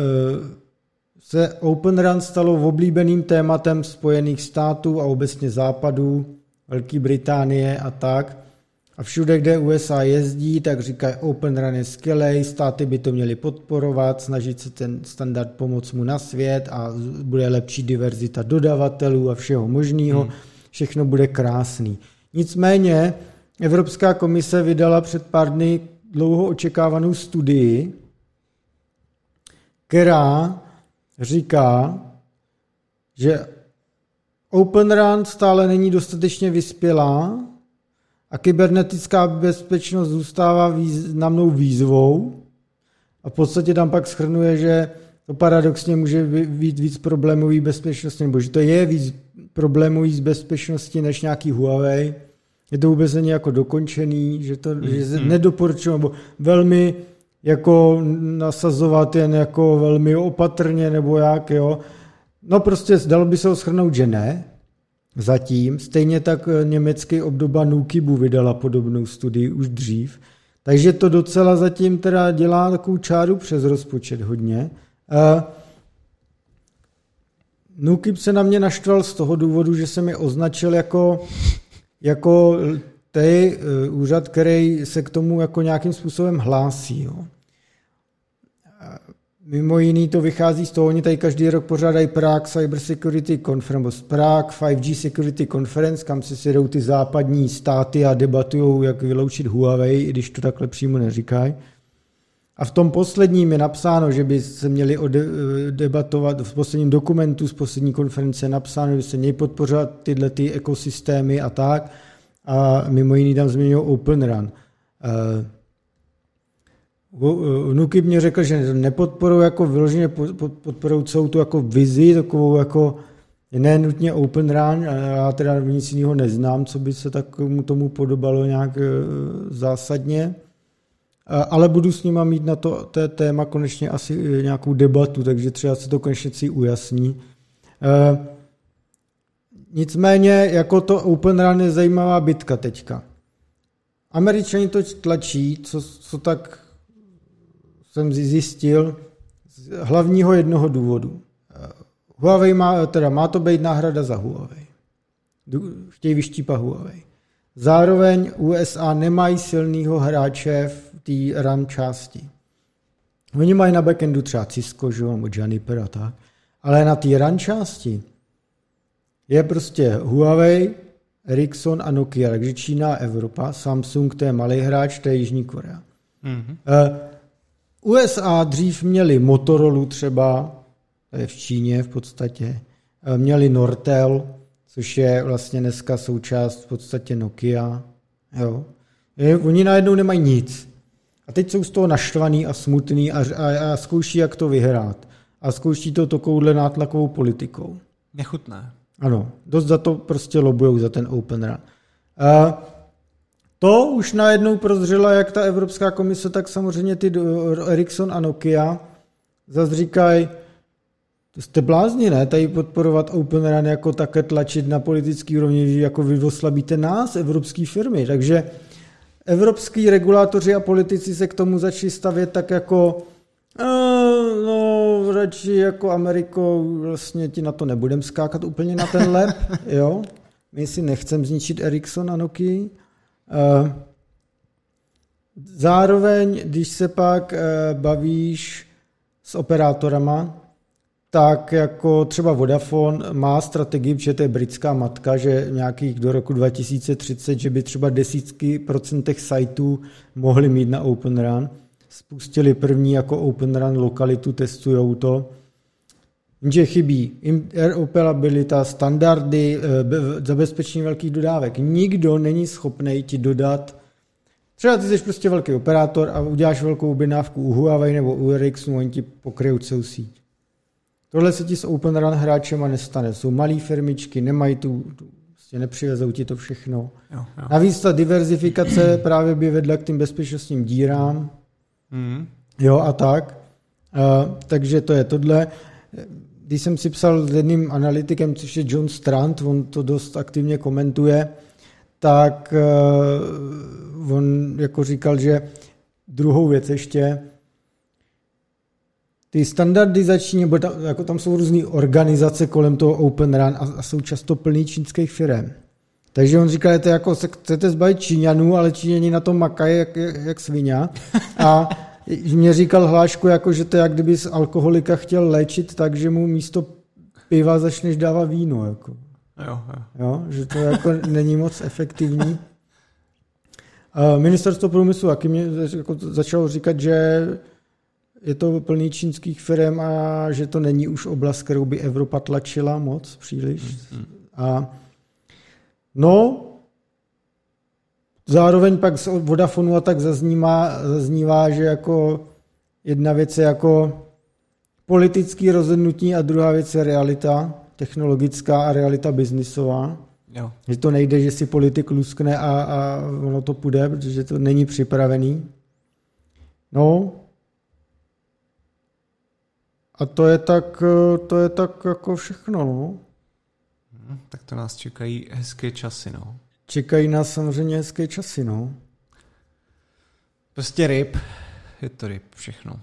se Open RAN stalo oblíbeným tématem Spojených států a obecně západů, Velké Británie a tak. A všude, kde USA jezdí, tak říkají, Open RAN je skvělej, státy by to měly podporovat, snažit se ten standard pomoct mu na svět a bude lepší diverzita dodavatelů a všeho možného. Všechno bude krásný. Nicméně Evropská komise vydala před pár dny dlouho očekávanou studii, která říká, že Open RAN stále není dostatečně vyspělá a kybernetická bezpečnost zůstává významnou výzvou a v podstatě tam pak shrnuje, že to paradoxně může být víc problémový bezpečnosti, nebo že to je víc problémový z bezpečnosti než nějaký Huawei. Je to vůbec není jako dokončený, že se nedoporučuji, nebo velmi jako nasazovat jen jako velmi opatrně, nebo jak, jo. No prostě dalo by se ho shrnout, že ne. Zatím. Stejně tak německý obdoba Nukibu vydala podobnou studii už dřív. Takže to docela zatím teda dělá takovou čáru přes rozpočet hodně. Nukib se na mě naštval z toho důvodu, že se mi označil jako úřad, který se k tomu jako nějakým způsobem hlásí. Jo. Mimo jiný to vychází z toho, oni tady každý rok pořádají Prague Cyber Security Conference, Prague 5G Security Conference, kam si sjedou ty západní státy a debatujou, jak vyloučit Huawei, i když to takhle přímo neříkají. A v tom posledním je napsáno, že by se měli debatovat, v posledním dokumentu z poslední konference je napsáno, že by se měli podpořovat tyhle ty ekosystémy a tak. A mimo jiný tam změnil Open RAN. Nukib mě řekl, že nepodporují jako vyloženě podporují celou tu jako vizi, takovou jako ne nutně Open RAN, a já teda nic jiného neznám, co by se tomu podobalo nějak zásadně. Ale budu s nima mít na to téma konečně asi nějakou debatu, takže třeba se to konečně si ujasní. Nicméně jako to Open RAN je zajímavá bitka teďka. Američani to tlačí, co tak jsem zjistil, z hlavního jednoho důvodu. Huawei má to být náhrada za Huawei. Chtějí vyštípat Huawei. Zároveň USA nemají silného hráče v té RAN části. Oni mají na backendu třeba Cisco, nebo Juniper a tak, ale na té RAN části je prostě Huawei, Ericsson a Nokia, takže Čína a Evropa, Samsung to je malý hráč, to je Jižní Korea. USA dřív měli Motorola třeba, to je v Číně v podstatě, měli Nortel, což je vlastně dneska součást v podstatě Nokia. Jo. Oni najednou nemají nic. A teď jsou z toho naštvaný a smutný a zkouší, jak to vyhrát. A zkouší to takovouhle nátlakovou politikou. Nechutné. Ano, dost za to prostě lobujou za ten Open Run. To už najednou prozřela jak ta Evropská komise, tak samozřejmě ty Ericsson a Nokia zase říkají, to jste blázni, ne? Tady podporovat Open Run jako také tlačit na politický úrovni, jako vy oslabíte nás, evropské firmy. Takže evropský regulátoři a politici se k tomu začali stavět tak jako no, radši jako Ameriko, vlastně ti na to nebudem skákat úplně na ten lep, jo? My si nechcem zničit Ericsson a Nokia. Zároveň, když se pak bavíš s operátorama, tak jako třeba Vodafone má strategii, protože to je britská matka, že nějakých do roku 2030, že by třeba 10% sajtů mohli mít na Open Run. Spustili první jako Open Run lokalitu, testujou to. Jenže chybí interoperabilita, standardy, zabezpečení velkých dodávek. Nikdo není schopný ti dodat. Třeba ty jsi prostě velký operátor a uděláš velkou objednávku u Huawei nebo u Ericssonu, oni ti pokryjou celou síť. Tohle se ti s Open Run hráčema nestane. Jsou malé firmičky, nemají prostě nepřivezou ti to všechno. Jo. Navíc ta diverzifikace právě by vedla k tím bezpečnostním dírám. Jo a tak. Takže to je tohle. Když jsem si psal s jedným analytikem, což je John Strand, on to dost aktivně komentuje, tak on jako říkal, že druhou věc ještě, ty standardizační, nebo jako tam jsou různé organizace kolem toho Open Run a jsou často plný čínských firem. Takže on říkal, že to jako se chcete zbavit Číňanů, ale Číňani na tom makají jak svině. A mě říkal Hlášku, jako, že to je, jak kdyby z alkoholika chtěl léčit, takže mu místo piva začneš dávat víno. Jako. Jo, že to jako není moc efektivní. Ministerstvo průmyslu taky mě jako začalo říkat, že je to plný čínských firm a že to není už oblast, kterou by Evropa tlačila moc příliš. A no, zároveň pak z Vodafonu a tak zaznívá, že jako jedna věc je jako politické rozhodnutí a druhá věc je realita technologická a realita biznisová. Jo. Že to nejde, že si politik luskne a ono to půjde, protože to není připravený. No, a to je tak jako všechno, no. Tak to nás čekají hezké časy, no. Čekají nás samozřejmě hezké časy, no. Prostě ryb. Je to ryb, všechno.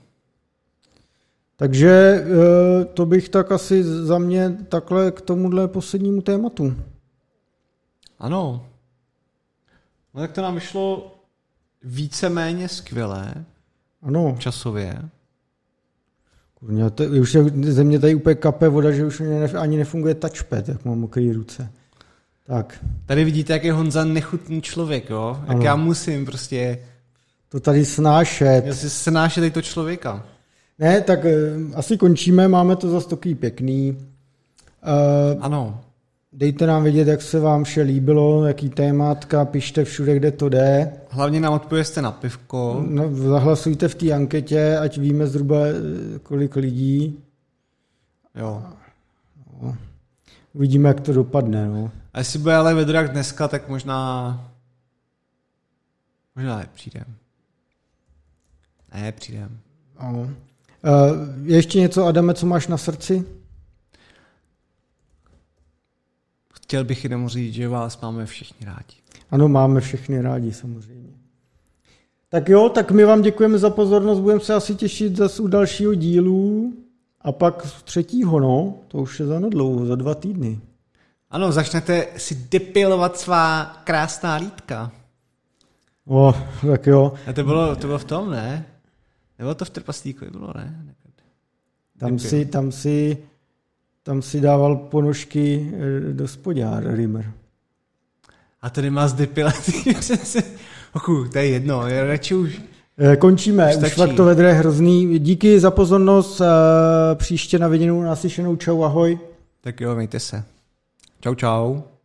Takže to bych tak asi za mě takhle k tomuhle poslednímu tématu. Ano. No tak to nám vyšlo víceméně skvělé. Ano. Časově. Kurňa, už ze mě tady úplně kape voda, že už ani nefunguje touchpad, jak mám mokrý ruce. Tak. Tady vidíte, jak je Honza nechutný člověk, jo? Jak já musím prostě to tady snášet. Já si snášet tady to člověka. Ne, tak asi končíme, máme to zase takový pěkný. Ano. Dejte nám vědět, jak se vám vše líbilo, jaký témátka, pište všude, kde to jde. Hlavně nám odpovězte na pivko. No, zahlasujte v té anketě, ať víme zhruba, kolik lidí. Jo. No. Uvidíme, jak to dopadne. No. A jestli bude ale vedro jak dneska, tak možná nepřijdem. Ne, přijdem. Ano. Ještě něco, Adame, co máš na srdci? Chtěl bych jenom říct, že vás máme všichni rádi. Ano, máme všechny rádi, samozřejmě. Tak jo, tak my vám děkujeme za pozornost, budeme se asi těšit zase u dalšího dílu a pak 3. no, to už je za nedlouho, za 2 týdny. Ano, začnete si depilovat svá krásná lítka. Tak jo. A to bylo v tom, ne? Nebylo to v trpaslíku, bylo, ne? tam si dával ponožky do spodňár Rimmer. A tady má z depilací přece. To je jedno, radši už. Končíme, už fakt to vedre hrozný. Díky za pozornost, příště na viděnou, naslyšenou, čau, ahoj. Tak jo, mějte se. Čau, čau.